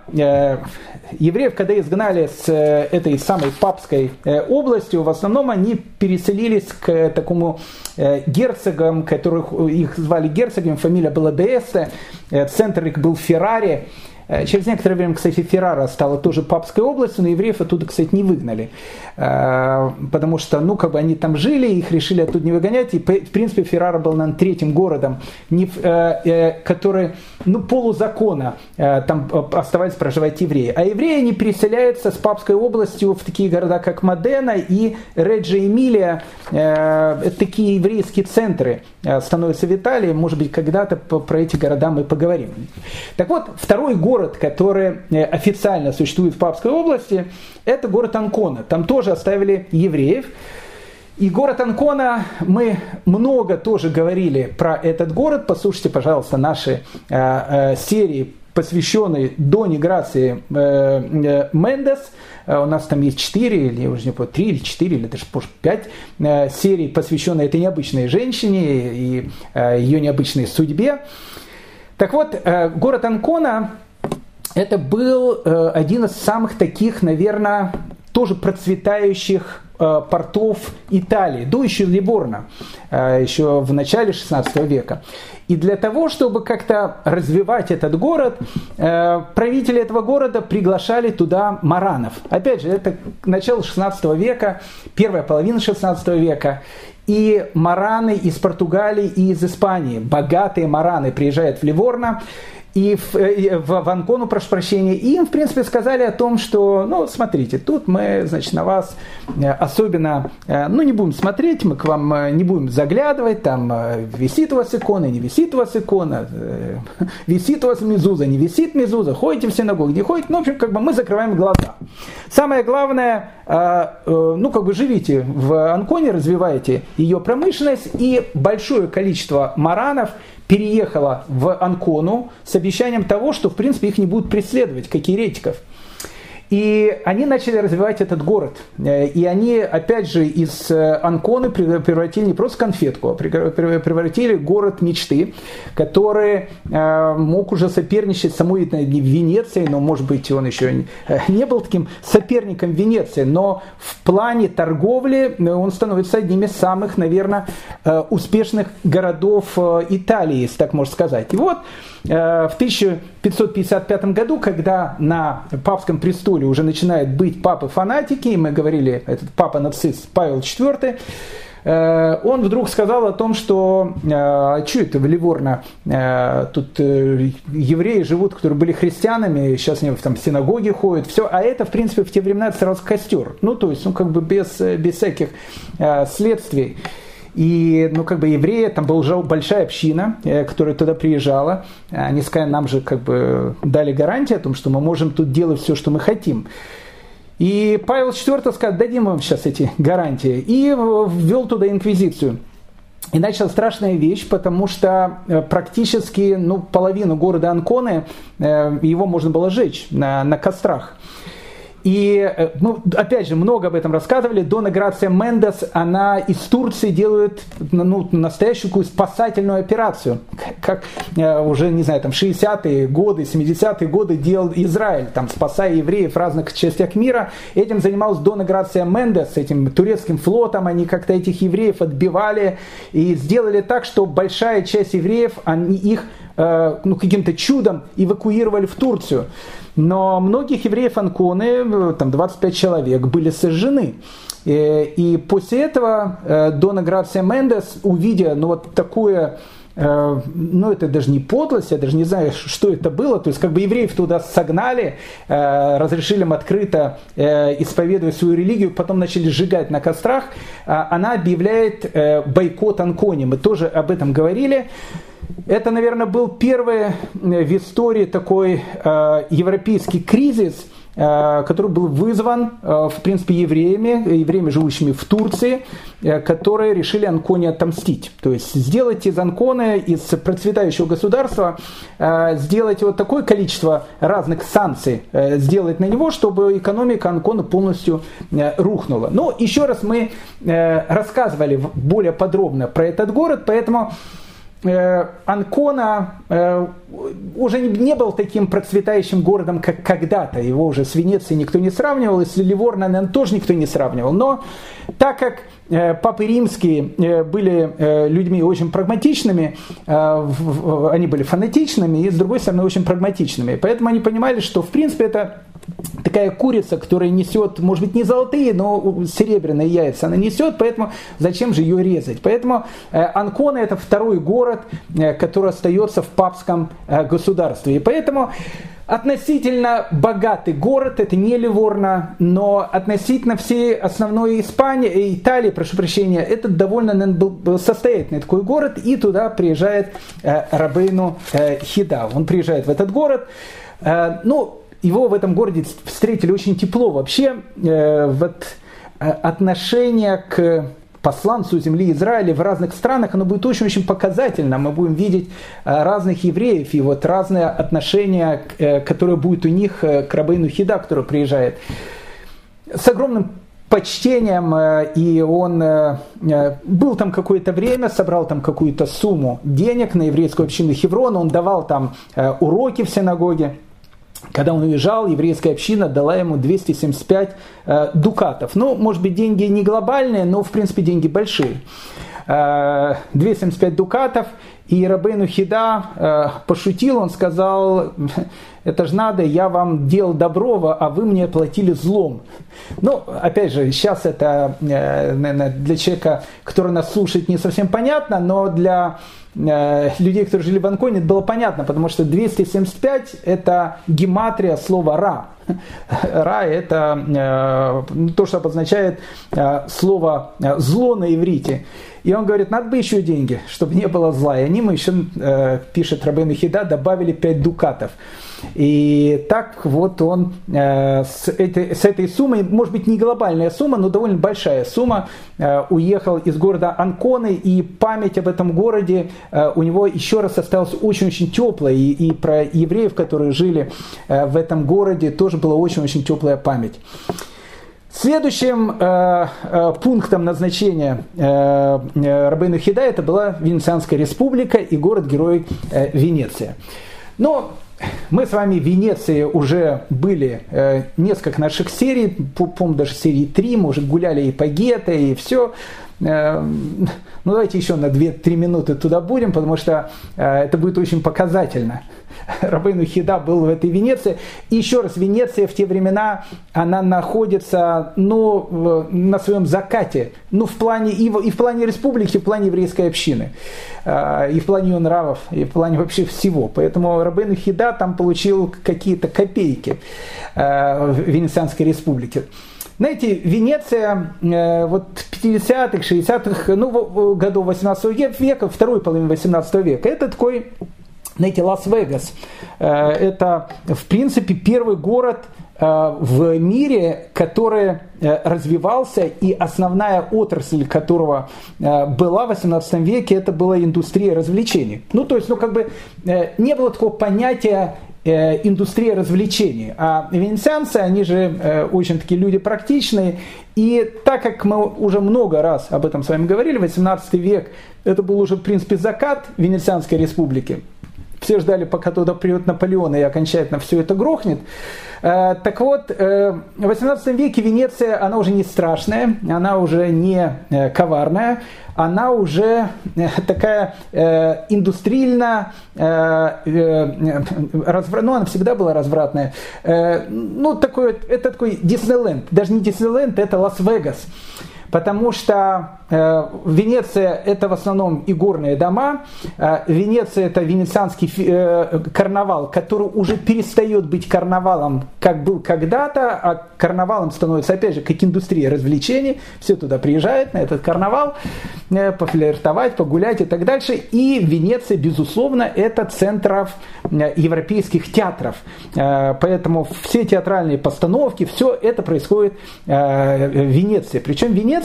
[SPEAKER 1] евреев, когда изгнали с этой самой Папской областью, в основном они переселились к такому герцогам, которых их звали герцогами, фамилия была Деэсте, центр их был Феррари. Через некоторое время, кстати, Феррара стала тоже Папской областью, но евреев оттуда, кстати, не выгнали. Потому что, они там жили, их решили оттуда не выгонять. И, в принципе, Феррара был, наверное, третьим городом, который, полузаконно там оставались проживать евреи. А евреи, они переселяются с Папской областью в такие города, как Модена и Реджо Эмилия. Это такие еврейские центры становятся в Италии. Может быть, когда-то про эти города мы поговорим. Так вот, второй город, который официально существует в Папской области, это город Анкона. Там тоже оставили евреев. И город Анкона, мы много тоже говорили про этот город. Послушайте, пожалуйста, наши серии, посвященные до миграции Мендес. У нас там есть 4, или я уже не помню, 3 или 4, или даже 5 серий, посвященные этой необычной женщине и ее необычной судьбе. Так вот, город Анкона, это был один из самых таких, наверное, тоже процветающих портов Италии, до еще Ливорно, еще в начале XVI века. И для того, чтобы как-то развивать этот город, правители этого города приглашали туда маранов. Опять же, это начало XVI века, первая половина XVI века. И мараны из Португалии и из Испании, богатые мараны, приезжают в Ливорно, и в Анкону, прошу прощения, и им, в принципе, сказали о том, что, ну, смотрите, тут мы, значит, на вас особенно, ну, не будем смотреть, мы к вам не будем заглядывать, там, висит у вас икона, не висит у вас икона, висит у вас мезуза, не висит мезуза, ходите в синагогу, не ходите, ну, в общем, как бы мы закрываем глаза. Самое главное, ну, как бы живите в Анконе, развивайте ее промышленность, и большое количество маранов переехала в Анкону с обещанием того, что, в принципе, их не будут преследовать, как еретиков. И они начали развивать этот город. И они, опять же, из Анконы превратили не просто конфетку, а превратили город мечты, который мог уже соперничать с самой Венецией, но, может быть, он еще не был таким соперником Венеции, но в плане торговли он становится одним из самых, наверное, успешных городов Италии, если так можно сказать. И вот в 1555 году, когда на папском престоле уже начинают быть папы-фанатики, и мы говорили, этот папа-нацист Павел IV, он вдруг сказал о том, что что это в Ливорно, тут евреи живут, которые были христианами, сейчас они там в синагоге ходят, все, а это, в принципе, в те времена сразу костер, ну, то есть, ну, как бы без всяких следствий. И, ну, как бы евреи, там была большая община, которая туда приезжала. Они сказали, нам же как бы дали гарантию о том, что мы можем тут делать все, что мы хотим. И Павел IV сказал, дадим вам сейчас эти гарантии. И ввел туда инквизицию. И началась страшная вещь, потому что практически, ну, половину города Анконы, его можно было сжечь на кострах. И, ну, опять же, много об этом рассказывали. Дона Грация Мендес, она из Турции делает, ну, настоящую такую спасательную операцию. Как уже, не знаю, там 60-е годы, 70-е годы делал Израиль, там, спасая евреев в разных частях мира. Этим занималась Дона Грация Мендес, этим турецким флотом. Они как-то этих евреев отбивали и сделали так, что большая часть евреев, они их, ну, каким-то чудом эвакуировали в Турцию. Но многих евреев Анконы, там 25 человек, были сожжены. И после этого Дона Грация Мендес, увидя, ну, вот такое, ну, это даже не подлость, я даже не знаю, что это было, то есть как бы евреев туда согнали, разрешили им открыто исповедовать свою религию, потом начали сжигать на кострах, она объявляет бойкот Анконе, мы тоже об этом говорили. Это, наверное, был первый в истории такой европейский кризис, который был вызван, в принципе, евреями, живущими в Турции, которые решили Анконе отомстить. То есть сделать из Анконы, из процветающего государства, сделать вот такое количество разных санкций, сделать на него, чтобы экономика Анконы полностью рухнула. Но еще раз мы рассказывали более подробно про этот город, поэтому Анкона уже не был таким процветающим городом, как когда-то. Его уже с Венецией никто не сравнивал, и с Ливорно, наверное, тоже никто не сравнивал. Но так как папы римские были людьми очень прагматичными, они были фанатичными и, с другой стороны, очень прагматичными. Поэтому они понимали, что, в принципе, это такая курица, которая несет, может быть, не золотые, но серебряные яйца она несет, поэтому зачем же ее резать? Поэтому Анкона – это второй город, который остается в папском государстве. И поэтому относительно богатый город, это не Ливорно, но относительно всей основной Италии, прошу прощения, это довольно, наверное, был состоятельный такой город, и туда приезжает Рабейну Хида. Он приезжает в этот город, ну, его в этом городе встретили очень тепло. Вообще, вот отношение к посланцу земли Израиля в разных странах, оно будет очень-очень показательно. Мы будем видеть разных евреев и вот разные отношения, которые будут у них к Рабейну Хида, который приезжает. С огромным почтением, и он был там какое-то время, собрал там какую-то сумму денег на еврейскую общину Хеврона, он давал там уроки в синагоге. когда он уезжал, еврейская община дала ему 275 дукатов. Ну, может быть, деньги не глобальные, но, в принципе, деньги большие. 275 дукатов, и Рабейну Хида пошутил, он сказал: это же надо, я вам делал добро, а вы мне платили злом. Ну, опять же, сейчас это, наверное, для человека, который нас слушает, не совсем понятно, но для людей, которые жили в Анконе, это было понятно, потому что 275 – это гематрия слова «ра». «Ра» – это то, что обозначает слово «зло» на иврите. И он говорит: надо бы еще деньги, чтобы не было зла. И они ему еще, пишет Рабейну Хида, добавили 5 дукатов. И так вот он с этой суммой, может быть, не глобальная сумма, но довольно большая сумма, уехал из города Анконы, и память об этом городе у него еще раз осталась очень-очень теплая. И про евреев, которые жили в этом городе, тоже была очень-очень теплая память. Следующим пунктом назначения Рабейну Хида это была Венецианская республика и город-герой Венеция. Но мы с вами в Венеции уже были несколько наших серий, по-моему, даже серии 3, мы уже гуляли и по Гетто, и все. Ну, давайте еще на 2-3 минуты туда будем, потому что это будет очень показательно. Рабейну Хида был в этой Венеции. И еще раз, Венеция в те времена, она находится, на своем закате. В плане, и в плане республики, и в плане еврейской общины. И в плане ее нравов, и в плане вообще всего. Поэтому Рабейну Хида там получил какие-то копейки в Венецианской республике. Знаете, Венеция вот 50-х, 60-х годов 18 века, второй половины 18 века, это такой, знаете, Лас-Вегас. Это, в принципе, первый город в мире, который развивался, и основная отрасль которого была в 18 веке, это была индустрия развлечений. То есть, не было такого понятия индустрия развлечений. А венецианцы, они же очень такие люди практичные. И так как мы уже много раз об этом с вами говорили, 18 век, это был уже, в принципе, закат Венецианской республики. Все ждали, пока туда придет Наполеон и окончательно все это грохнет. Так вот, в 18 веке Венеция, она уже не страшная, она уже не коварная, она уже такая индустриально, она всегда была развратная. Это такой Диснейленд, даже не Диснейленд, это Лас-Вегас. Потому что Венеция – это в основном игорные дома, Венеция – это венецианский карнавал, который уже перестает быть карнавалом, как был когда-то, а карнавалом становится, опять же, как индустрия развлечений, все туда приезжают на этот карнавал, пофлиртовать, погулять и так дальше. И Венеция, безусловно, это центр европейских театров, поэтому все театральные постановки, все это происходит в Венеции. Причем Венеция,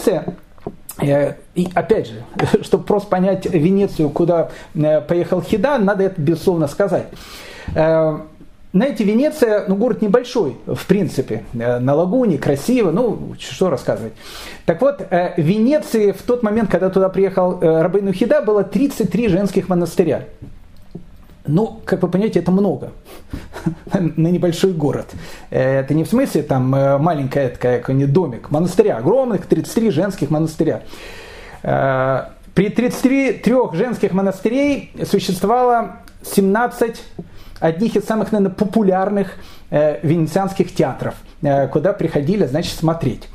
[SPEAKER 1] и опять же, чтобы просто понять Венецию, куда поехал Хида, надо это безусловно сказать. Знаете, Венеция, город небольшой, в принципе, на лагуне, красиво, что рассказывать. Так вот, в Венеции в тот момент, когда туда приехал Рабейну Хида, было 33 женских монастыря. Как вы понимаете, это много на небольшой город. Это не в смысле там маленькая такая какой-нибудь домик. Монастыря огромных, 33 женских монастыря. При 33 женских монастырей существовало 17 одних из самых, наверное, популярных венецианских театров, куда приходили, смотреть.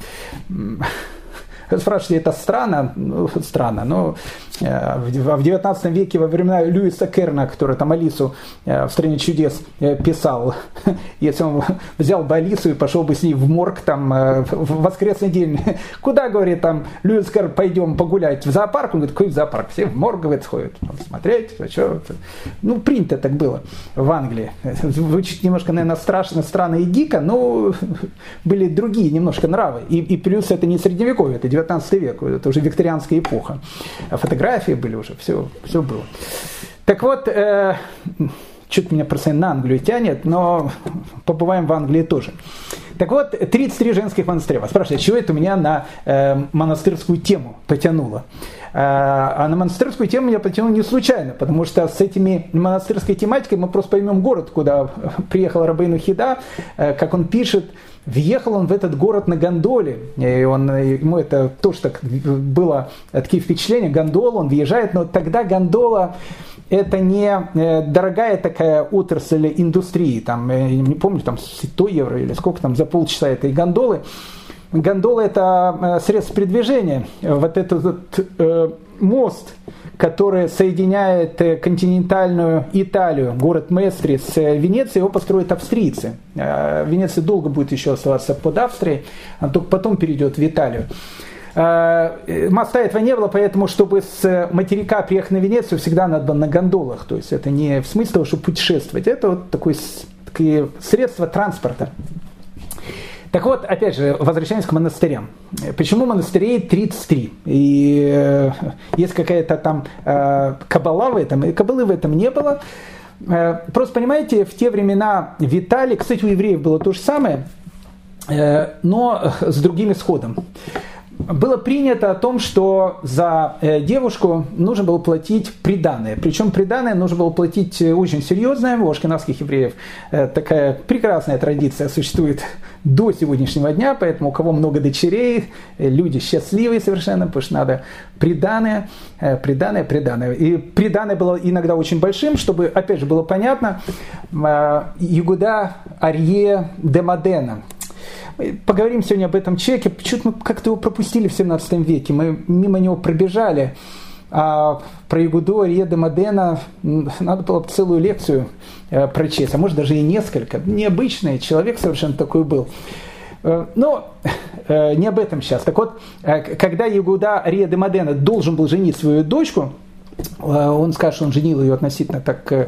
[SPEAKER 1] Спрашивали, это странно? Странно, но в 19 веке, во времена Льюиса Керна, который там Алису в «Стране чудес» писал, если он взял бы Алису и пошел бы с ней в морг там, в воскресный день, куда, говорит, там, Льюис Керн, пойдем погулять, в зоопарк? Он говорит, какой зоопарк? Все в морг, говорит, сходят, смотреть, что? Принято так было в Англии. Звучит немножко, наверное, страшно, странно и дико, но были другие немножко нравы. И плюс это не средневековье, это 19 век, это уже викторианская эпоха. Фотографии были уже, все было. Так вот, что-то меня просто на Англию тянет, но побываем в Англии тоже. Так вот, 33 женских монастыря. Вас спрашивают, чего это меня на монастырскую тему потянуло? А на монастырскую тему я потянул не случайно, потому что с этими монастырской тематикой мы просто поймем город, куда приехал Рабейну Хида, как он пишет. Въехал он в этот город на гондоле, и ему это тоже так было, такие впечатления, гондола, он въезжает, но тогда гондола это не дорогая такая отрасль индустрии, там, я не помню, там 100 евро или сколько там за полчаса этой гондолы. Гондола это средство передвижения, вот этот мост, который соединяет континентальную Италию, город Местри с Венецией, его построят австрийцы. Венеция долго будет еще оставаться под Австрией, а только потом перейдет в Италию. Моста этого не было, поэтому, чтобы с материка приехать на Венецию, всегда надо было на гондолах. То есть это не в смысле того, чтобы путешествовать, это вот такие средства транспорта. Так вот, опять же, возвращаемся к монастырям. Почему монастырей 33? И есть какая-то там кабала в этом, и кабалы в этом не было. Просто, понимаете, в те времена в Италии, кстати, у евреев было то же самое, но с другим исходом. Было принято о том, что за девушку нужно было платить приданое. Причем приданое нужно было платить очень серьезное. У ашкеназских евреев такая прекрасная традиция существует до сегодняшнего дня, поэтому у кого много дочерей, люди счастливые совершенно, потому что надо приданое. И приданое было иногда очень большим, чтобы, опять же, было понятно, Егуда Арье де Модена. Поговорим сегодня об этом человеке. Почему-то мы как-то его пропустили в 17 веке. Мы мимо него пробежали. А про Егуду Арье де Модена надо было целую лекцию прочесть, а может даже и несколько. Необычный человек совершенно такой был. Но не об этом сейчас. Так вот, когда Егуда Арье де Модена должен был женить свою дочку, он скажет, что он женил ее относительно так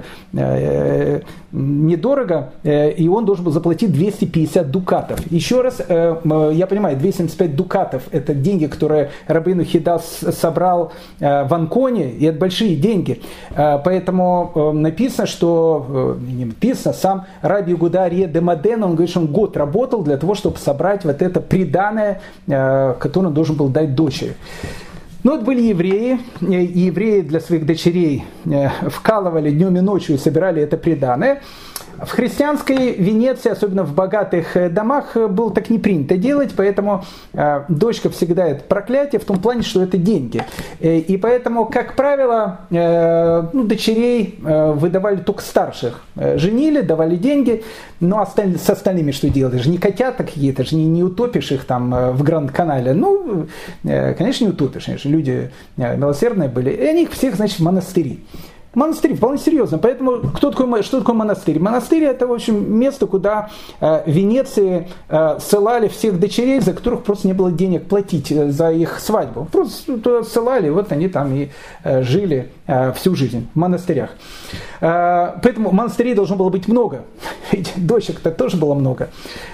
[SPEAKER 1] недорого, и он должен был заплатить 250 дукатов. Еще раз, я понимаю, 275 дукатов – это деньги, которые Рабейну Хида собрал в Анконе, и это большие деньги. Поэтому написано, что, не написано, сам Раби Егуда Арье де Модена, он говорит, что он год работал для того, чтобы собрать вот это приданое, которое он должен был дать дочери. Ну, вот были евреи, и евреи для своих дочерей вкалывали днем и ночью и собирали это приданое. В христианской Венеции, особенно в богатых домах, было так не принято делать, поэтому дочка всегда это проклятие в том плане, что это деньги. И поэтому, как правило, дочерей выдавали только старших. Женили, давали деньги, ну а с остальными что делать? Это же не котята какие-то, же не утопишь их там в Гранд-канале. Ну, конечно, не утопишь, конечно, люди милосердные были. И они их всех, значит, в монастыри. Монастырь, вполне серьезно. Поэтому что такое монастырь? Монастырь – это, в общем, место, куда в Венеции ссылали всех дочерей, за которых просто не было денег платить за их свадьбу. Просто ссылали, вот они там и жили всю жизнь в монастырях. Поэтому монастырей должно было быть много. Ведь дочек-то тоже было много.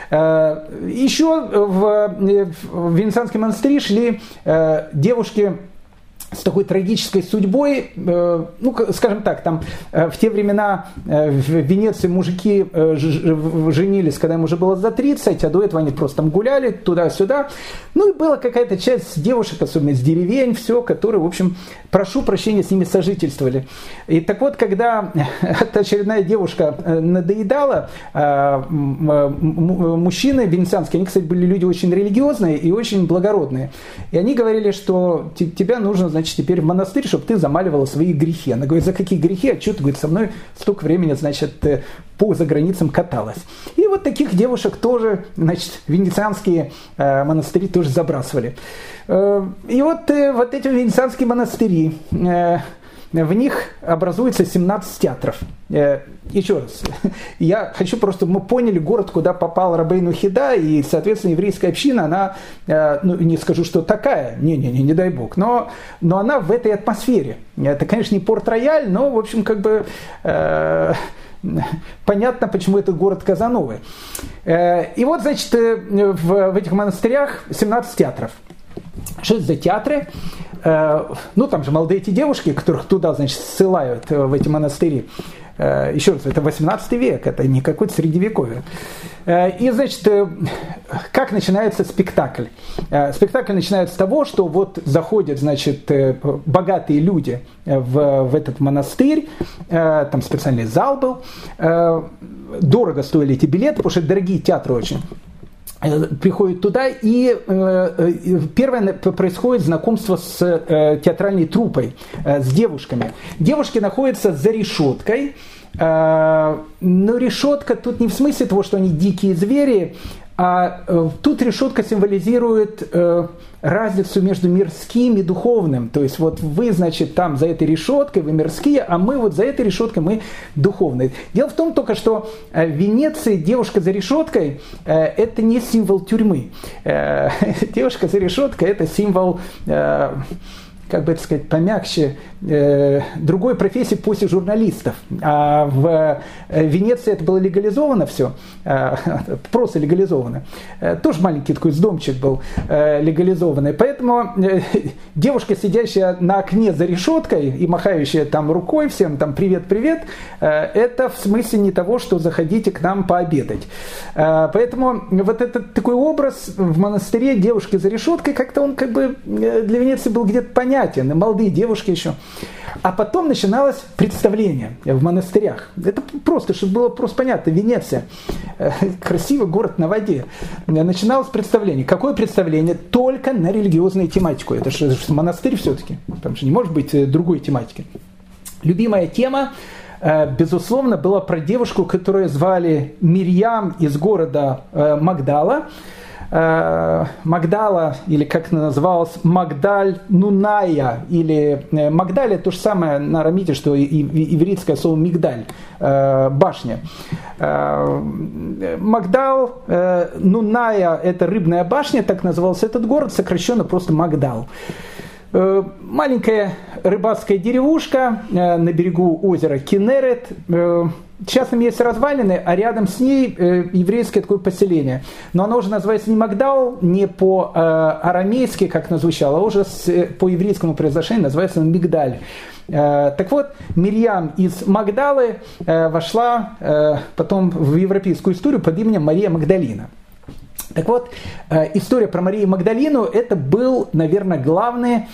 [SPEAKER 1] Еще в Венецианский монастырь шли девушки с такой трагической судьбой, ну, скажем так, там в те времена в Венеции мужики женились, когда им уже было за 30, а до этого они просто там гуляли туда-сюда. Ну, и была какая-то часть девушек, особенно из деревень, все, которые, в общем, прошу прощения, с ними сожительствовали. И так вот, когда эта очередная девушка надоедала, мужчины венецианские, они, кстати, были люди очень религиозные и очень благородные. И они говорили, что тебя нужно, значит, теперь в монастырь, чтобы ты замаливала свои грехи. Она говорит, за какие грехи? А что ты, говорит, со мной столько времени, значит, по заграницам каталась. И вот таких девушек тоже, значит, венецианские монастыри тоже забрасывали. И вот эти венецианские монастыри, в них образуется 17 театров. Еще раз, я хочу просто, чтобы мы поняли город, куда попал Рабейну Хида, и, соответственно, еврейская община, она, ну, не скажу, что такая, не дай бог, но она в этой атмосфере. Это, конечно, не Порт-Рояль, но, в общем, как бы понятно, почему этот город Казановы. И вот, значит, в этих монастырях 17 театров. Что это за театры? Ну, там же молодые эти девушки, которых туда, значит, ссылают в эти монастыри. Еще раз, это 18 век, это не какое-то средневековье. И, значит, как начинается спектакль? Спектакль начинается с того, что вот заходят, значит, богатые люди в этот монастырь, там специальный зал был, дорого стоили эти билеты, потому что это дорогие театры очень. Приходят туда, и первое происходит знакомство с театральной труппой, с девушками. Девушки находятся за решеткой, но решетка тут не в смысле того, что они дикие звери, а тут решетка символизирует разницу между мирским и духовным. То есть вот вы, значит, там за этой решеткой, вы мирские, а мы вот за этой решеткой, мы духовные. Дело в том только, что в Венеции девушка за решеткой – это не символ тюрьмы. Девушка за решеткой – это символ, как бы это сказать, помягче, другой профессии после журналистов. А в Венеции это было легализовано все, просто легализовано. Тоже маленький такой домчик был легализованный. Поэтому девушка, сидящая на окне за решеткой и махающая там рукой всем, там привет-привет, это в смысле не того, что заходите к нам пообедать. Поэтому вот этот такой образ в монастыре девушки за решеткой, как-то он как бы для Венеции был где-то понятен, и молодые девушки еще. А потом начиналось представление в монастырях. Это просто, чтобы было просто понятно, Венеция, красивый город на воде. Начиналось представление. Какое представление? Только на религиозную тематику. Это же монастырь все-таки, потому что не может быть другой тематики. Любимая тема, безусловно, была про девушку, которую звали Мирьям из города Магдала. Магдала, или как она называлась, Магдаль Нуная, или Магдаль это то же самое на арамите, что и ивритское слово Мигдаль, башня. Магдал Нуная это рыбная башня, так назывался этот город, сокращенно просто Магдал. Маленькая рыбацкая деревушка на берегу озера Кинерет. Сейчас там есть развалины, а рядом с ней еврейское такое поселение. Но оно уже называется не Магдал, не по-арамейски, как оно звучало, а уже по еврейскому произношению называется Мигдаль. Так вот, Мирьям из Магдалы вошла потом в европейскую историю под именем Мария Магдалина. Так вот, история про Марию Магдалину – это был, наверное, главные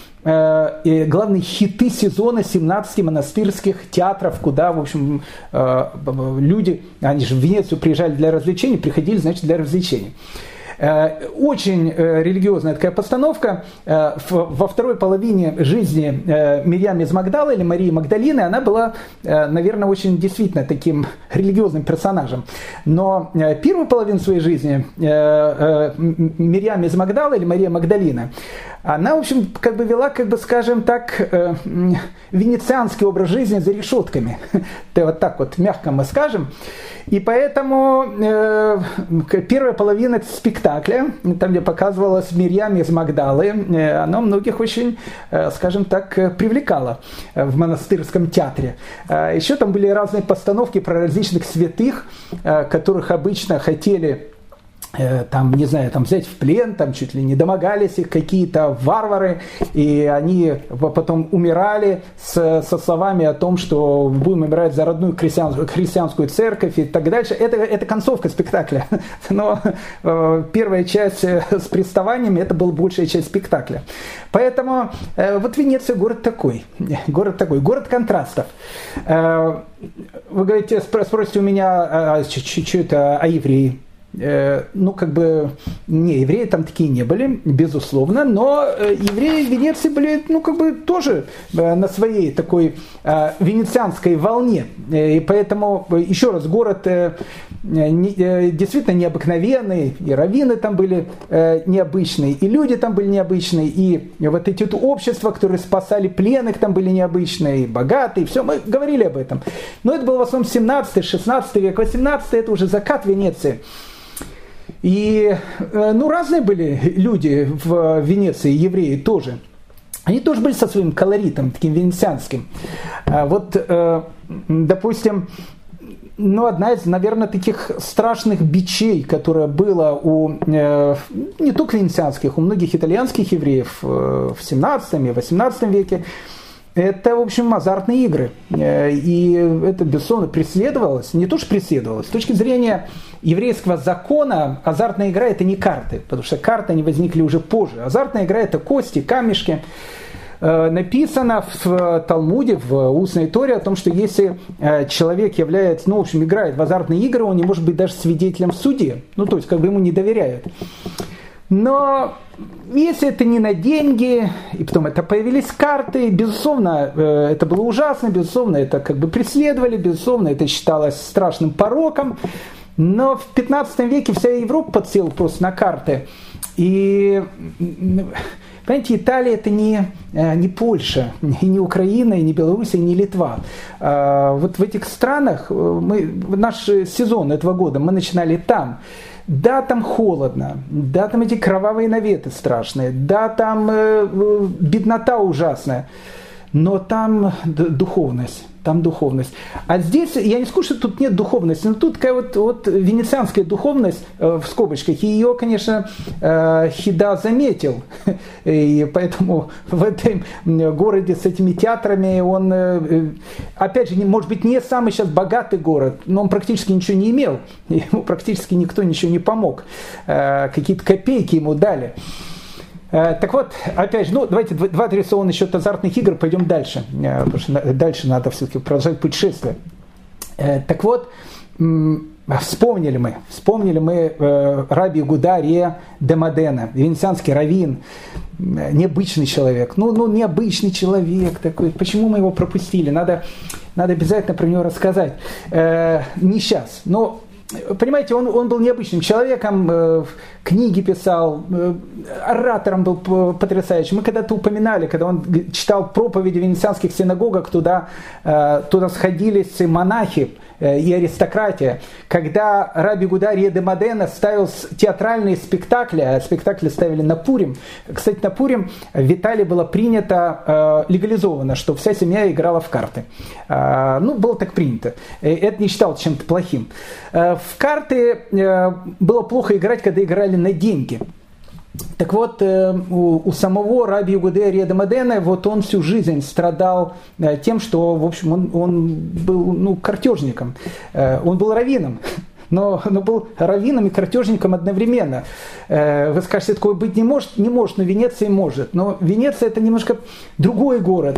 [SPEAKER 1] хиты сезона 17 монастырских театров, куда, в общем, люди, они же в Венецию приезжали для развлечений, приходили, значит, для развлечений. Очень религиозная такая постановка. Во второй половине жизни Мирьям из Магдала или Марии Магдалины она была, наверное, очень действительно таким религиозным персонажем. Но первую половину своей жизни Мирьям из Магдала или Мария Магдалина, она, в общем, как бы вела, как бы, скажем так, венецианский образ жизни за решетками. Вот так вот, мягко мы скажем. И поэтому первая половина спектакля, там, где показывалась Мирьям из Магдалы, она многих очень, скажем так, привлекала в монастырском театре. Еще там были разные постановки про различных святых, которых обычно хотели там, не знаю, там взять в плен, там чуть ли не домогались их какие-то варвары, и они потом умирали со словами о том, что будем умирать за родную христианскую церковь и так дальше. Это концовка спектакля. Но первая часть с приставаниями, это была большая часть спектакля. Поэтому вот Венеция город такой, город контрастов. Вы говорите, спросите у меня, что это о евреи? Ну, как бы, не, евреи там такие не были, безусловно, но евреи в Венеции были, ну, как бы, тоже на своей такой венецианской волне. И поэтому, еще раз, город действительно необыкновенный, и раввины там были необычные, и люди там были необычные, и вот эти вот общества, которые спасали пленных, там были необычные, и богатые, все, мы говорили об этом. Но это был в основном 17-16 век, 18 это уже закат Венеции. И, ну, разные были люди в Венеции, евреи тоже. Они тоже были со своим колоритом, таким венецианским. Вот, допустим, ну, одна из, наверное, таких страшных бичей, которая была у не только венецианских, у многих итальянских евреев в 17 и 18 веке, это, в общем, азартные игры. И это, безусловно, преследовалось. Не то, что преследовалось. С точки зрения еврейского закона, азартная игра – это не карты. Потому что карты, они возникли уже позже. Азартная игра – это кости, камешки. Написано в Талмуде, в устной Торе о том, что если человек является, ну, в общем, играет в азартные игры, он не может быть даже свидетелем в суде. Ну, то есть, как бы ему не доверяют. Но если это не на деньги, и потом это появились карты, безусловно, это было ужасно, безусловно, это как бы преследовали, безусловно, это считалось страшным пороком. Но в 15 веке вся Европа подсела просто на карты. И, понимаете, Италия – это не Польша, не Украина, не Белоруссия, не Литва. Вот в этих странах, наш сезон этого года, мы начинали там. Да, там холодно, да, там эти кровавые наветы страшные, да, там беднота ужасная, но там духовность. Там духовность. А здесь, я не скажу, что тут нет духовности, но тут такая вот венецианская духовность, в скобочках, и ее, конечно, Хида заметил. И поэтому в этом городе с этими театрами он, опять же, может быть, не самый сейчас богатый город, но он практически ничего не имел. Ему практически никто ничего не помог. Какие-то копейки ему дали. Так вот, опять же, давайте 2-3 слова насчет азартных игр, пойдем дальше, потому что дальше надо все-таки продолжать путешествие. Так вот, вспомнили мы Раби Иуда Арье де Модена, венецианский раввин, необычный человек, необычный человек такой, почему мы его пропустили, надо обязательно про него рассказать, не сейчас, но... Понимаете, он был необычным человеком, книги писал, оратором был потрясающим. Мы когда-то упоминали, когда он читал проповеди в венецианских синагогах, туда сходились монахи и аристократия. Когда Раби Иуда Арье де Модена ставил театральные спектакли, а спектакли ставили на Пурим. Кстати, на Пурим в Италии было принято, легализовано, что вся семья играла в карты. Было так принято. Это не считалось чем-то плохим. В карты было плохо играть, когда играли на деньги. Так вот, у самого Раби Иуды Арье де Модена, вот он всю жизнь страдал тем, что, в общем, он был картежником. Он был раввином, но был раввином и картежником одновременно. Вы скажете, такое быть не может, но Венеция может. Но Венеция – это немножко другой город.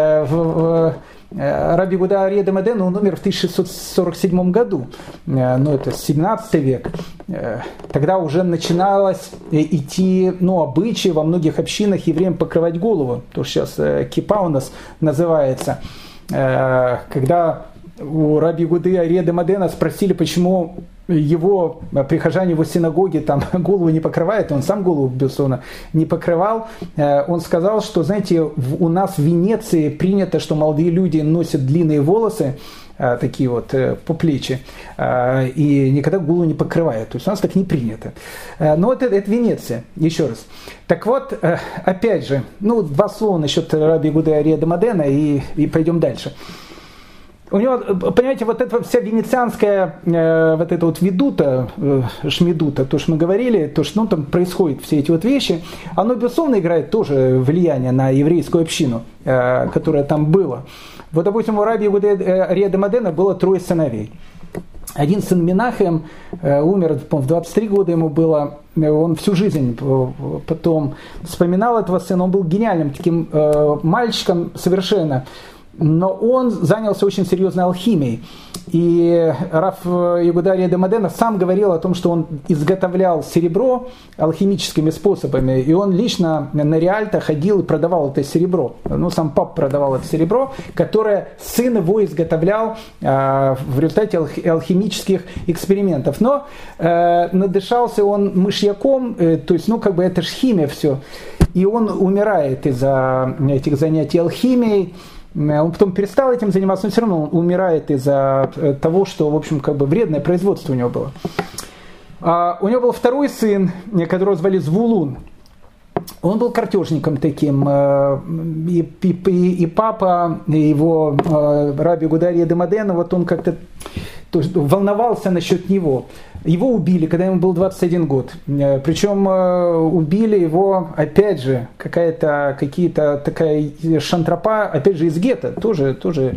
[SPEAKER 1] Раби Иуда Арье де Модена, он умер в 1647 году, это 17 век. Тогда уже начиналось идти обычаи во многих общинах евреям покрывать голову, то сейчас кипа у нас называется. Когда у Раби Иуды Арье де Модена спросили, почему его прихожане его синагоги там голову не покрывают, он сам голову, безусловно, не покрывал. Он сказал, что, знаете, у нас в Венеции принято, что молодые люди носят длинные волосы, такие вот по плечи, и никогда голову не покрывают. То есть у нас так не принято. Но это Венеция, еще раз. Так вот, опять же, 2 слова насчет Раби Иуды Арье де Модена и пойдем дальше. У него, понимаете, вот эта вся венецианская вот эта вот ведута, шмедута, то, что мы говорили, то, что там происходит, все эти вот вещи, оно, безусловно, играет тоже влияние на еврейскую общину, которая там была. Вот, допустим, у Раби Иуды Арье де Модена было 3 сыновей. Один сын Менахем умер, в 23 года ему было, он всю жизнь потом вспоминал этого сына, он был гениальным таким мальчиком совершенно. Но он занялся очень серьезной алхимией. И Рав Иуда Арье де Модена сам говорил о том, что он изготовлял серебро алхимическими способами. И он лично на Риальто ходил и продавал это серебро. Сам папа продавал это серебро, которое сын его изготовлял в результате алхимических экспериментов. Но надышался он мышьяком, то есть, это же химия все. И он умирает из-за этих занятий алхимией. Он потом перестал этим заниматься, но все равно он умирает из-за того, что, в общем, вредное производство у него было. У него был 2-й сын, которого звали Звулун. Он был картежником таким, и папа его, Раби Иуда Арье де Модена, вот он как-то волновался насчет него. Его убили, когда ему был 21 год. Причем убили его, опять же, какие-то такая шантропа, опять же, из гетто, тоже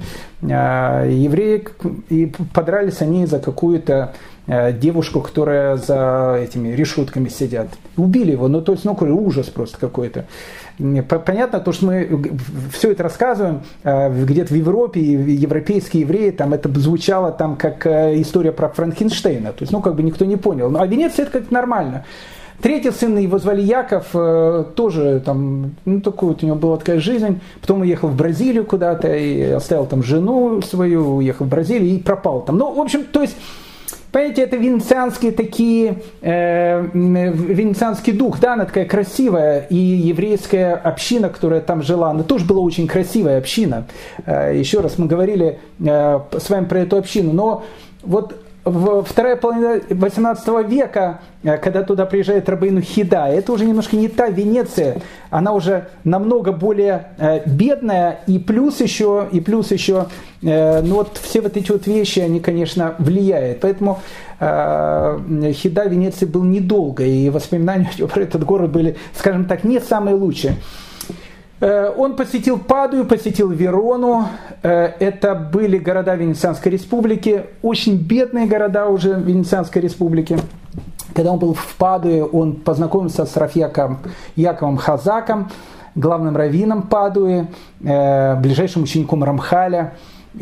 [SPEAKER 1] евреи, и подрались они за какую-то девушку, которая за этими решетками сидят. Убили его, то есть, ужас просто какой-то. Понятно, то, что мы все это рассказываем где-то в Европе, европейские евреи, там это звучало там как история про Франкенштейна, то есть, никто не понял. А Венеция это как нормально. Третий сын, его звали Яков, тоже там, такой вот у него была такая жизнь. Потом уехал в Бразилию куда-то и оставил там жену свою, уехал в Бразилию и пропал там. В общем, то есть, понимаете, это венецианские такие, венецианский дух, да, она такая красивая, и еврейская община, которая там жила, она тоже была очень красивая община. Еще раз мы говорили с вами про эту общину, но вот вторая половина 18 века, когда туда приезжает Рабейну Хида, это уже немножко не та Венеция, она уже намного более бедная, и плюс еще все вот эти вот вещи, они, конечно, влияют. Поэтому Хида в Венеции был недолго, и воспоминания про этот город были, скажем так, не самые лучшие. Он посетил Падую, посетил Верону. Это были города Венецианской республики, очень бедные города уже Венецианской республики. Когда он был в Падуе, он познакомился с Рав Яковом Хазаком, главным раввином Падуи, ближайшим учеником Рамхаля.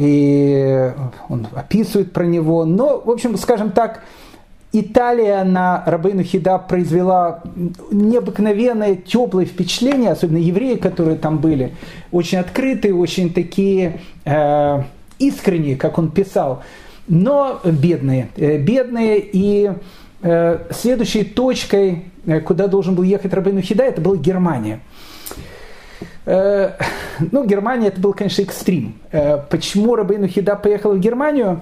[SPEAKER 1] И он описывает про него. Но, в общем, скажем так, Италия на Рабейну Хида произвела необыкновенное теплое впечатление, особенно евреи, которые там были, очень открытые, очень такие искренние, как он писал, но бедные. И следующей точкой, куда должен был ехать Рабейну Хида, это была Германия. Германия это был, конечно, экстрим. Почему Рабейну Хида поехал в Германию?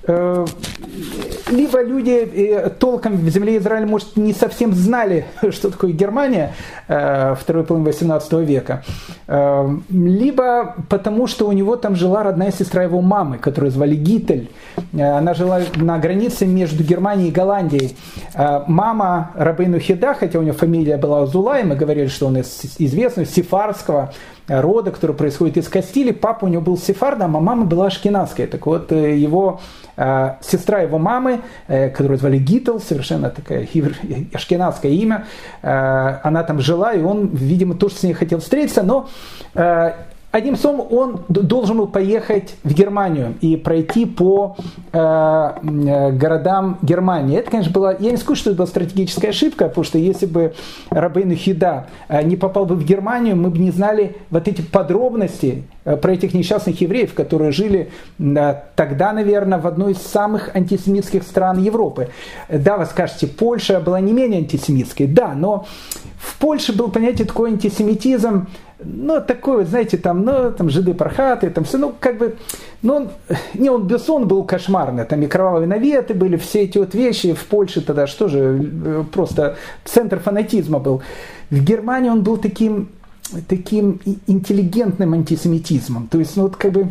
[SPEAKER 1] Либо люди толком в земле Израиля, может, не совсем знали, что такое Германия второй половины 18 века, либо потому, что у него там жила родная сестра его мамы, которую звали Гитель. Она жила на границе между Германией и Голландией. Мама Рабейну Хида, хотя у него фамилия была Зулай, мы говорили, что он из известного сефардского рода, который происходит из Кастилии. Папа у него был сефардом, а мама была ашкеназская. Так вот, его сестра его мамы, которую звали Гитл, совершенно такое ашкеназское имя, она там жила, и он, видимо, тоже с ней хотел встретиться, но одним словом, он должен был поехать в Германию и пройти по городам Германии. Это, конечно, была, я не скажу, что это была стратегическая ошибка, потому что если бы Рабейну Хида не попал бы в Германию, мы бы не знали вот эти подробности про этих несчастных евреев, которые жили тогда, наверное, в одной из самых антисемитских стран Европы. Да, вы скажете, Польша была не менее антисемитской, да, но в Польше был, понимаете, такой антисемитизм, такой, знаете, там жиды пархаты, там все, он Бессон был кошмарный, там и кровавые наветы были, все эти вот вещи в Польше тогда, что же, просто центр фанатизма был. В Германии он был таким интеллигентным антисемитизмом, то есть,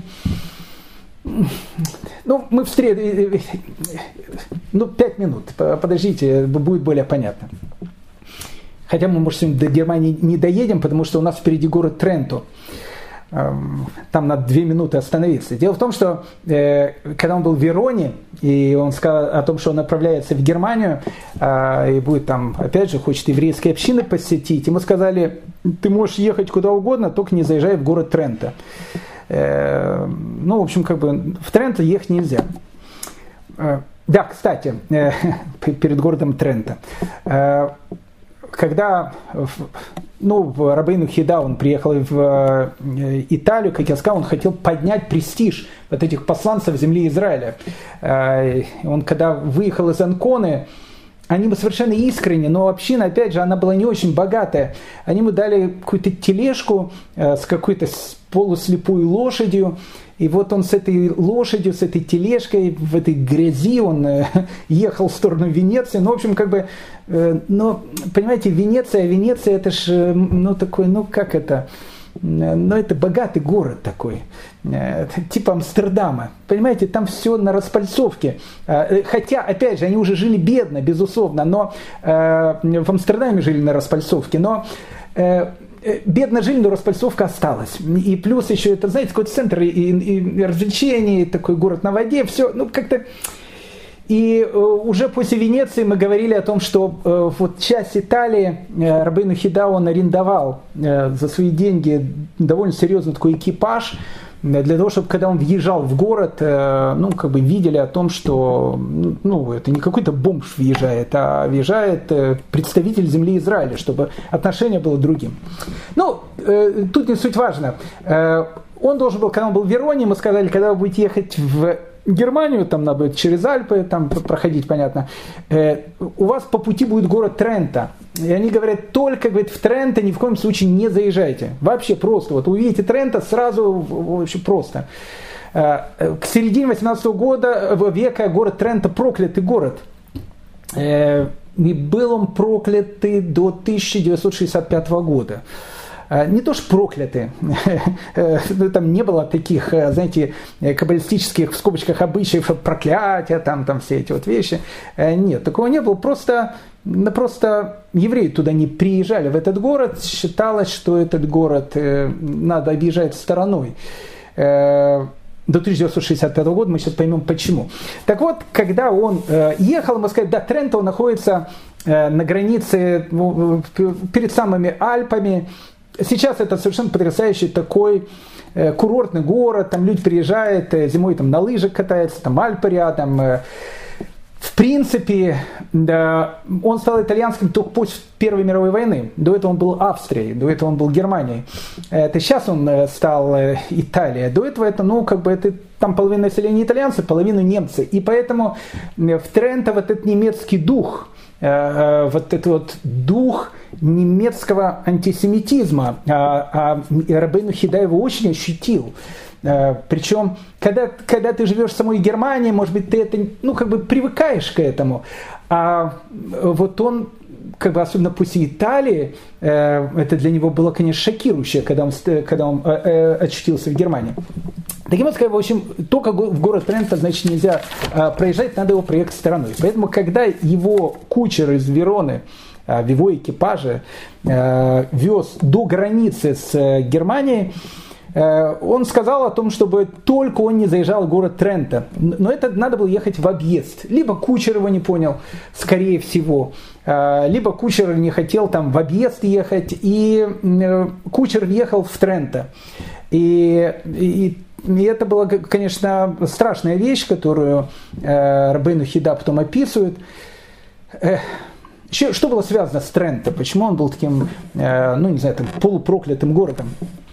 [SPEAKER 1] мы встретились, 5 минут, подождите, будет более понятно. Хотя мы, может, сегодня до Германии не доедем, потому что у нас впереди город Тренто. Там надо 2 минуты остановиться. Дело в том, что когда он был в Вероне, и он сказал о том, что он направляется в Германию, и будет там, опять же, хочет еврейской общины посетить, ему сказали, ты можешь ехать куда угодно, только не заезжай в город Тренто. В общем, в Тренто ехать нельзя. Да, кстати, перед городом Тренто. Когда Рабейну Хида, он приехал в Италию, как я сказал, он хотел поднять престиж вот этих посланцев земли Израиля. Он когда выехал из Анконы, они бы совершенно искренне, но община, опять же, она была не очень богатая. Они ему дали какую-то тележку с какой-то полуслепой лошадью. И вот он с этой лошадью, с этой тележкой, в этой грязи, он ехал в сторону Венеции. В общем, понимаете, Венеция, это ж, как это... но это богатый город такой, типа Амстердама. Понимаете, там все на распальцовке. Хотя, опять же, они уже жили бедно, безусловно, но в Амстердаме жили на распальцовке, но бедно жили, но распальцовка осталась. И плюс еще это, знаете, какой-то центр и развлечений, такой город на воде, все, ну как-то... И уже после Венеции мы говорили о том, что вот часть Италии Рабейну Хида он арендовал за свои деньги довольно серьезный такой экипаж, для того, чтобы когда он въезжал в город, ну, как бы видели о том, что ну, это не какой-то бомж въезжает, а въезжает представитель земли Израиля, чтобы отношение было другим. Ну, тут не суть важно. Он должен был, когда он был в Вероне, мы сказали, когда вы будете ехать в Германию, там надо будет через Альпы там проходить, понятно, у вас по пути будет город Тренто. И они говорят, только, говорит, в Тренто ни в коем случае не заезжайте. Вообще просто. Вот увидите Тренто, сразу вообще просто. К середине 18 века город Тренто проклятый город. И был он проклятый до 1965 года. Не то что проклятые, там не было таких, знаете, каббалистических, в скобочках, обычаев, проклятия, там все эти вот вещи. Нет, такого не было, просто евреи туда не приезжали, в этот город. Считалось, что этот город надо объезжать стороной. До 1965 года мы сейчас поймем почему. Так вот, когда он ехал, мы сказали, да, Тренто находится на границе, перед самыми Альпами. Сейчас это совершенно потрясающий такой курортный город, там люди приезжают, зимой там на лыжах катаются, там Альпы рядом. В принципе, да, он стал итальянским только после Первой мировой войны. До этого он был Австрией, до этого он был Германией. Это сейчас он стал Италией. До этого это, ну, как бы это там половина населения итальянцы, половина немцы. И поэтому в Тренто вот этот немецкий дух, вот этот вот дух немецкого антисемитизма, Рабейну Хида его очень ощутил. Причем, когда ты живешь в самой Германии, может быть, ты это, ну, как бы привыкаешь к этому. А вот он, как бы, особенно после Италии, это для него было, конечно, шокирующе, когда он очутился в Германии. Таким образом, в общем, только в город Тренто, значит, нельзя проезжать, надо его проехать стороной. Поэтому, когда его кучер из Вероны в его экипаже вез до границы с Германией, он сказал о том, чтобы только он не заезжал в город Тренто. Но это надо было ехать в объезд. Либо кучер его не понял, скорее всего, либо кучер не хотел там в объезд ехать, и кучер въехал в Тренто. И это была, конечно, страшная вещь, которую Рабейну Хида потом описывает. Что было связано с Тренто? Почему он был таким, ну не знаю, там, полупроклятым городом?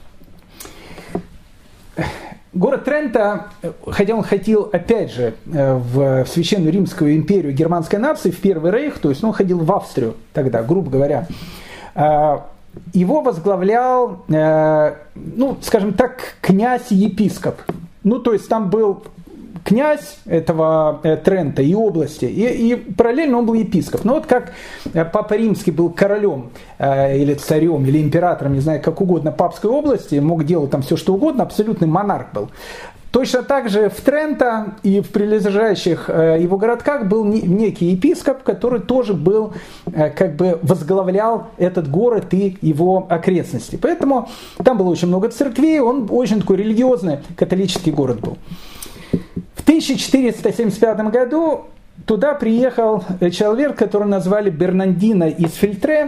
[SPEAKER 1] Город Тренто, хотя он ходил, опять же, в Священную Римскую империю германской нации, в Первый рейх, то есть он ходил в Австрию тогда, грубо говоря. Его возглавлял, ну, скажем так, князь-епископ. Ну, то есть там был князь этого Тренто и области, и параллельно он был епископ. Но вот как Папа Римский был королем или царем, или императором, не знаю, как угодно, Папской области, мог делать там все, что угодно, абсолютный монарх был. Точно так же в Тренто и в прилежащих его городках был некий епископ, который тоже был, как бы возглавлял этот город и его окрестности. Поэтому там было очень много церквей, он очень такой религиозный католический город был. В 1475 году туда приехал человек, которого назвали Бернандино из Фильтре,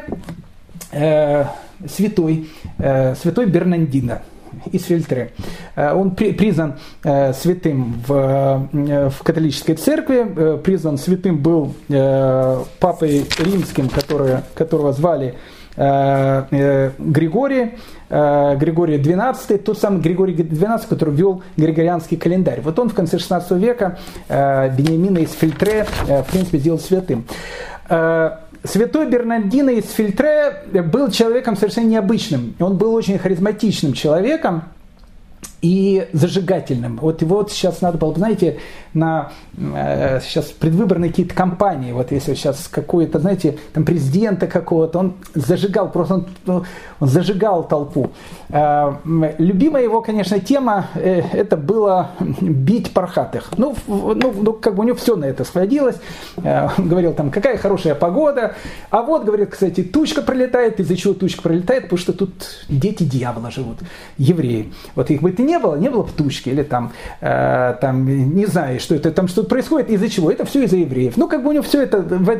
[SPEAKER 1] святой Бернандино из Фильтре. Он признан святым в католической церкви, признан святым был папой римским, которого звали Григорий XII, тот самый Григорий XII, который ввел григорианский календарь. Вот он в конце 16 века Бениамина из Фильтре, в принципе, сделал святым. Святой Бернандино из Фильтре был человеком совершенно необычным. Он был очень харизматичным человеком. и зажигательным. Вот сейчас надо было, знаете, сейчас предвыборные какие-то кампании, вот если сейчас какой-то, знаете, там президента какого-то, он зажигал, просто он зажигал толпу. Любимая его, конечно, тема, это было бить пархатых. Как бы у него все на это сходилось. Он говорил там, какая хорошая погода, а вот, говорит, кстати, тучка пролетает. Из-за чего тучка пролетает? Потому что тут дети дьявола живут, евреи. Вот их бы это не было бы тучки, или там не знаю, что это там что-то происходит, из-за чего? Это все из-за евреев. Как бы у него все это,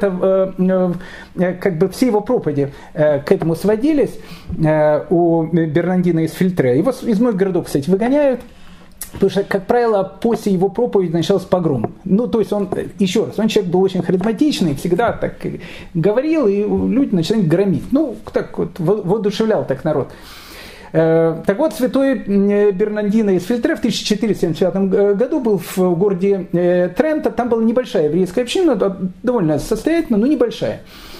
[SPEAKER 1] как бы все его проповеди к этому сводились у Бернандина из Фильтре. Его из многих городов, кстати, выгоняют. Потому что, как правило, после его проповеди начался погром. То есть он, еще раз, он человек был очень харизматичный, всегда так говорил, и люди начали громить. Так вот, воодушевлял так народ. Так вот, святой Бернандино из Фильтре в 1479 году был в городе Тренто. Там была небольшая еврейская община, довольно состоятельная, но небольшая.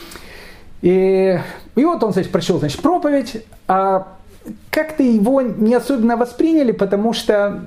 [SPEAKER 1] И вот он, прочел, проповедь, а как-то его не особенно восприняли, потому что,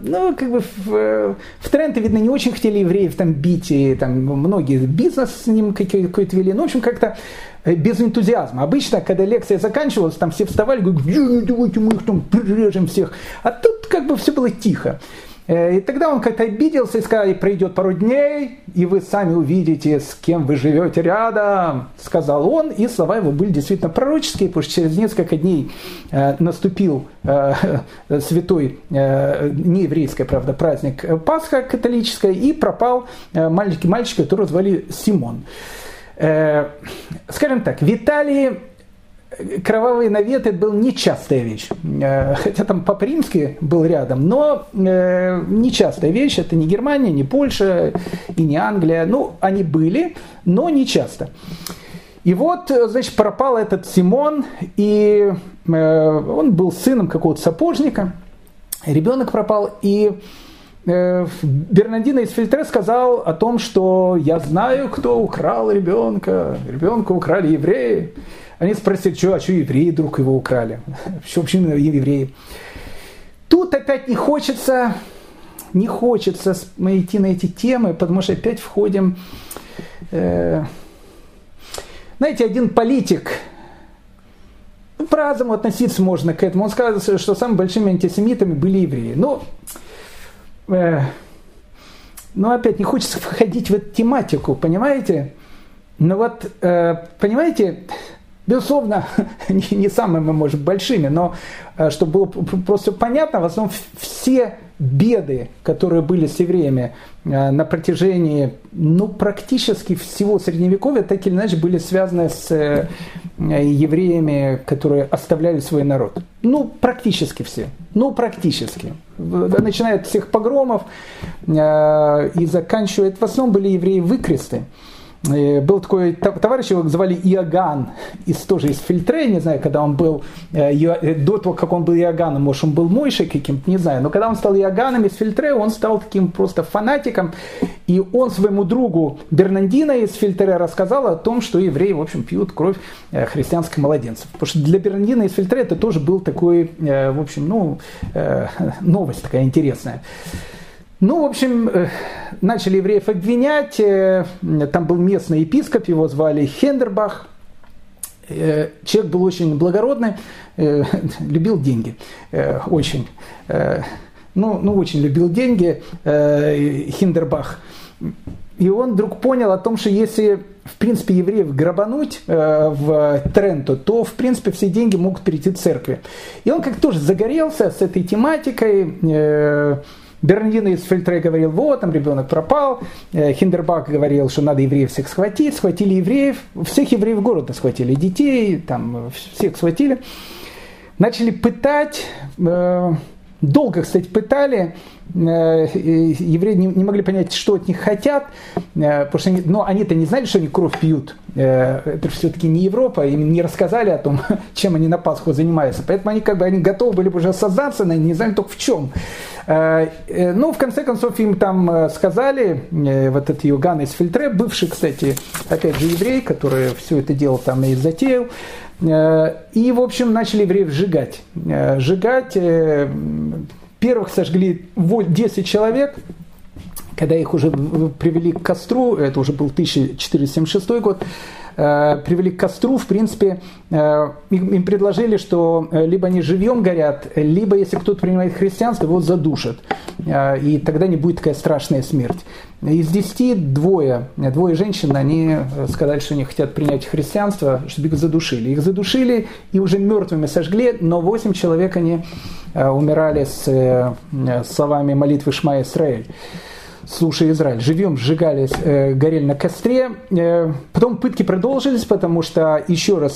[SPEAKER 1] в Тренто, видно, не очень хотели евреев там бить, и там многие бизнес с ним какой-то вели. В общем, как-то без энтузиазма. Обычно, когда лекция заканчивалась, там все вставали, говорят, давайте мы их там прирежем всех. А тут как бы все было тихо. И тогда он как-то обиделся и сказал, пройдет пару дней, и вы сами увидите, с кем вы живете рядом, сказал он, и слова его были действительно пророческие, потому что через несколько дней наступил святой, нееврейский, правда, праздник Пасха католическая, и пропал мальчик, которого звали Симон. Скажем так, в Италии кровавые наветы был нечастая вещь. Хотя там Папа Римский был рядом, но нечастая вещь. Это не Германия, не Польша и не Англия. Они были, но не часто. И вот, пропал этот Симон, и он был сыном какого-то сапожника. Ребенок пропал, и Бернандино из Фильтре сказал о том, что я знаю, кто украл ребенка. Ребенка украли евреи. Они спросили, что евреи вдруг его украли? Почему евреи? Тут опять не хочется идти на эти темы, потому что опять входим... Знаете, один политик, по-разному относиться можно к этому. Он сказал, что самыми большими антисемитами были евреи. Но опять не хочется входить в эту тематику, понимаете? Понимаете... Безусловно, не самыми, может, большими, но чтобы было просто понятно, в основном все беды, которые были с евреями на протяжении, практически всего Средневековья, так или иначе были связаны с евреями, которые оставляли свой народ. Практически все. Практически. Начиная от всех погромов и заканчивая, в основном были евреи-выкресты. Был такой товарищ, его звали Иоганн, тоже из Фильтре, не знаю, когда он был, до того, как он был Иоганном, может, он был Мойшей каким-то, не знаю, но когда он стал Иоганном из Фильтре, он стал таким просто фанатиком, и он своему другу Бернандино из Фильтре рассказал о том, что евреи, в общем, пьют кровь христианских младенцев. Потому что для Бернандино из Фильтре это тоже был такой, в общем, новость такая интересная. В общем, начали евреев обвинять, там был местный епископ, его звали Хендербах, человек был очень благородный, любил деньги, очень, очень любил деньги, Хендербах. И он вдруг понял о том, что если, в принципе, евреев грабануть в Тренто, то, в принципе, все деньги могут перейти к церкви. И он как-то тоже загорелся с этой тематикой. Бернандино из Фильтре говорил, там ребенок пропал. Хендербах говорил, что надо евреев всех схватить. Схватили евреев, всех евреев города схватили, детей, там всех схватили. Начали пытать, долго, кстати, пытали. Евреи не могли понять, что от них хотят, потому что они-то не знали, что они кровь пьют. Это все-таки не Европа, им не рассказали о том, чем они на Пасху занимаются. Поэтому они готовы были уже создаться, но не знали только в чем. В конце концов, им там сказали, вот этот Иоганн из Фильтре, бывший, кстати, опять же, еврей, который все это дело там и затеял, и, в общем, начали евреев сжигать. Первых сожгли 10 человек. Когда их уже привели к костру, это уже был 1476 год, привели к костру, в принципе, им предложили, что либо они живьем горят, либо, если кто-то принимает христианство, его задушат. И тогда не будет такая страшная смерть. Из 10 двое женщин, они сказали, что они хотят принять христианство, чтобы их задушили. Их задушили и уже мертвыми сожгли, но 8 человек, они умирали с словами молитвы «Шма Исраэль». «Слушай, Израиль», живьем сжигались, горели на костре. Потом пытки продолжились, потому что, еще раз,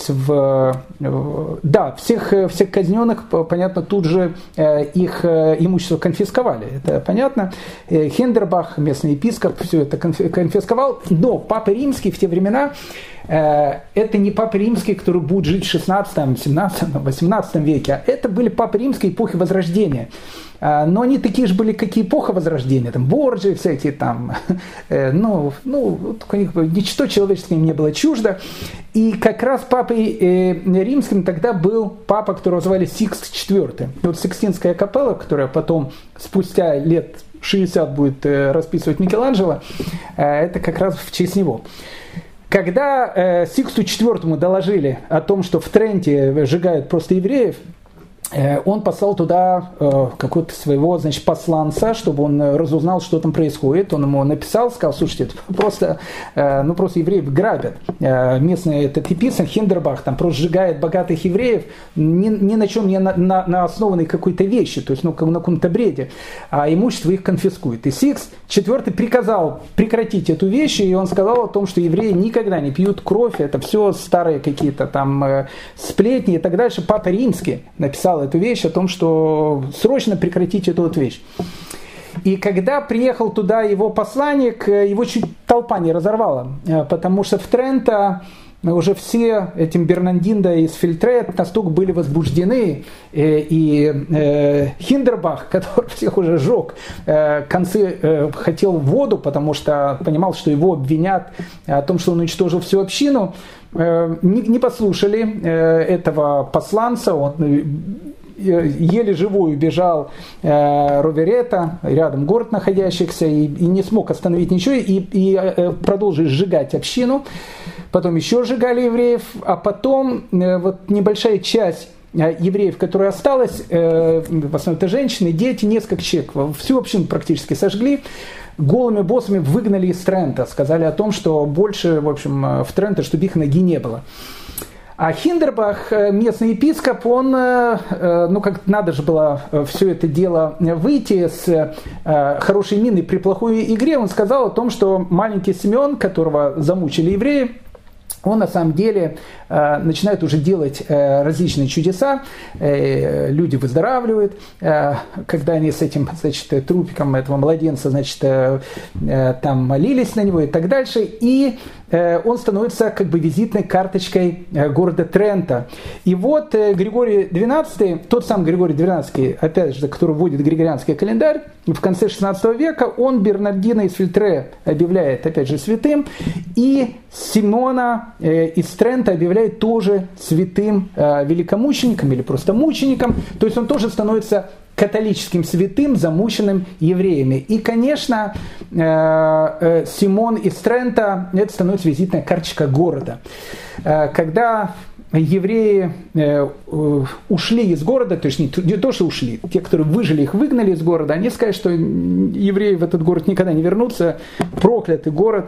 [SPEAKER 1] всех казненных, понятно, тут же их имущество конфисковали. Это понятно. Хендербах, местный епископ, все это конфисковал. Но Папа Римский в те времена, это не Папа Римский, который будет жить в 16, 17, 18 веке. Это были Папы Римские эпохи Возрождения. Но они такие же были, как и эпоха Возрождения, там Борджи всякие там, у них ничто человеческое им не было чуждо. И как раз папой римским тогда был папа, которого звали Сикст IV. И вот Сикстинская капелла, которая потом спустя лет 60 будет расписывать Микеланджело, это как раз в честь него. Когда Сиксту IV доложили о том, что в Тренте сжигают просто евреев, он послал туда какого-то своего, посланца, чтобы он разузнал, что там происходит. Он ему написал, сказал: слушайте, это просто евреев грабят. Местный этот епископ Хендербах там просто сжигает богатых евреев ни на чем не на основанной какой-то вещи, то есть на каком-то бреде, а имущество их конфискует. И Сикст IV приказал прекратить эту вещь, и он сказал о том, что евреи никогда не пьют кровь, это все старые какие-то там сплетни и так дальше. Папа Римский написал эту вещь о том, что срочно прекратить эту вот вещь. И когда приехал туда его посланник, его чуть толпа не разорвала, потому что в Тренто уже все этим Бернандино из Фильтре настолько были возбуждены, и Хиндербах, который всех уже сжег, концы хотел в воду, потому что понимал, что его обвинят о том, что он уничтожил всю общину, не послушали этого посланца, он еле живой убежал Роверета, рядом город находящихся, и не смог остановить ничего, и продолжил сжигать общину. Потом еще сжигали евреев, а потом вот небольшая часть евреев, которая осталась, в основном это женщины, дети, несколько человек, всю общину практически сожгли, голыми боссами выгнали из Трента, сказали о том, что больше, в общем, в Тренто, чтобы их ноги не было. А Хиндербах, местный епископ, он, как надо же было все это дело выйти с хорошей миной при плохой игре, он сказал о том, что маленький Симеон, которого замучили евреи, он на самом деле начинает уже делать различные чудеса, люди выздоравливают, когда они с этим, трупиком этого младенца, там молились на него и так дальше, и он становится как бы визитной карточкой города Трента. И вот Григорий XII, тот самый Григорий XII, опять же, который вводит григорианский календарь, в конце XVI века он Бернардино из Фильтре объявляет, опять же, святым, и Симона из Трента объявляет тоже святым великомучеником или просто мучеником, то есть он тоже становится католическим святым, замученным евреями. И, конечно, Симон из Трента, это становится визитная карточка города. Когда евреи ушли из города, то есть не то, что ушли, те, которые выжили, их выгнали из города, они сказали, что евреи в этот город никогда не вернутся, проклятый город.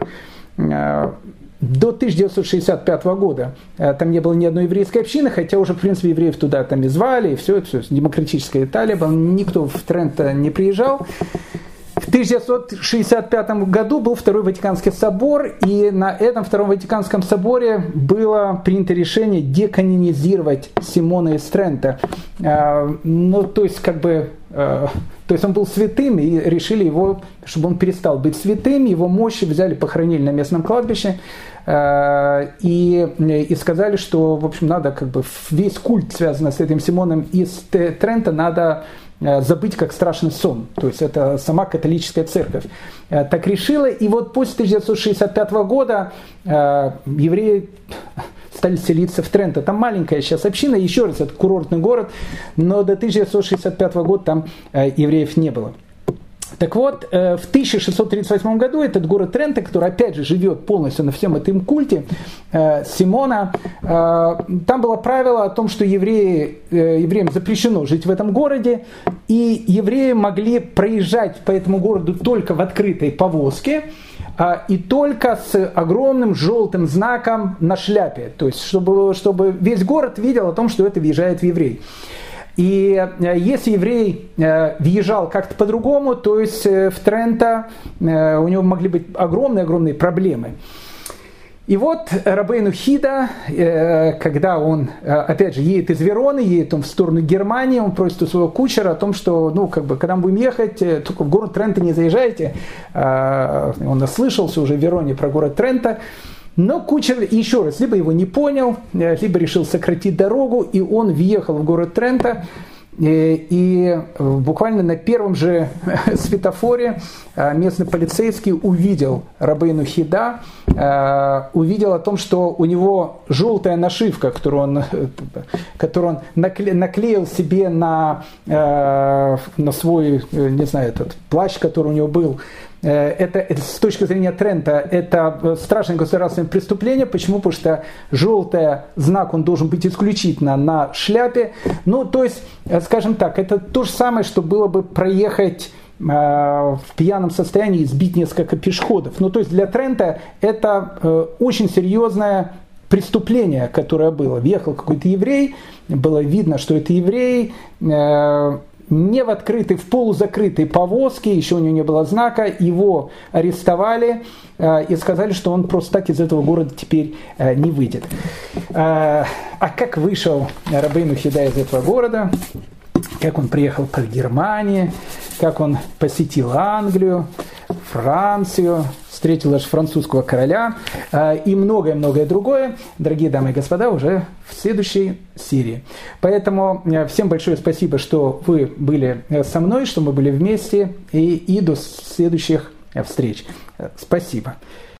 [SPEAKER 1] До 1965 года там не было ни одной еврейской общины, хотя уже, в принципе, евреев туда там и звали, и все, демократическая Италия была, никто в Тренто не приезжал. В 1965 году был Второй Ватиканский собор, и на этом Втором Ватиканском соборе было принято решение деканонизировать Симона из Трента. То есть он был святым, и решили его, чтобы он перестал быть святым, его мощи взяли, похоронили на местном кладбище, и сказали, что, в общем, надо как бы весь культ, связанный с этим Симоном из Трента, надо забыть как страшный сон. То есть это сама католическая церковь так решила. И вот после 1965 года евреи стали селиться в Тренто. Там маленькая сейчас община, еще раз, это курортный город, но до 1965 года там евреев не было. Так вот, в 1638 году этот город Тренто, который опять же живет полностью на всем этом культе Симона, там было правило о том, что евреям запрещено жить в этом городе, и евреи могли проезжать по этому городу только в открытой повозке, и только с огромным желтым знаком на шляпе, то есть чтобы весь город видел о том, что это въезжает еврей. И если еврей въезжал как-то по-другому, то есть в Тренто у него могли быть огромные проблемы. И вот Рабейну Хида, когда он, опять же, едет из Вероны, едет он в сторону Германии, он просит у своего кучера о том, что, когда мы будем ехать, только в город Тренто не заезжайте. Он наслышался уже в Вероне про город Тренто. Но кучер, еще раз, либо его не понял, либо решил сократить дорогу, и он въехал в город Тренто. И буквально на первом же светофоре местный полицейский увидел Рабейну Хида, увидел о том, что у него желтая нашивка, которую он наклеил себе на свой, не знаю, этот плащ, который у него был. Это с точки зрения Трента, это страшное государственное преступление. Почему? Потому что желтый знак, он должен быть исключительно на шляпе. То есть, скажем так, это то же самое, что было бы проехать в пьяном состоянии и сбить несколько пешеходов. То есть для Трента это очень серьезное преступление, которое было. Въехал какой-то еврей, было видно, что это еврей, не в открытой, в полузакрытой повозке, еще у него не было знака, его арестовали и сказали, что он просто так из этого города теперь не выйдет. А как вышел Рабейну Хида из этого города, как он приехал к Германии, как он посетил Англию, Францию, встретил аж французского короля и многое-многое другое, дорогие дамы и господа, уже в следующей серии. Поэтому всем большое спасибо, что вы были со мной, что мы были вместе, и до следующих встреч. Спасибо.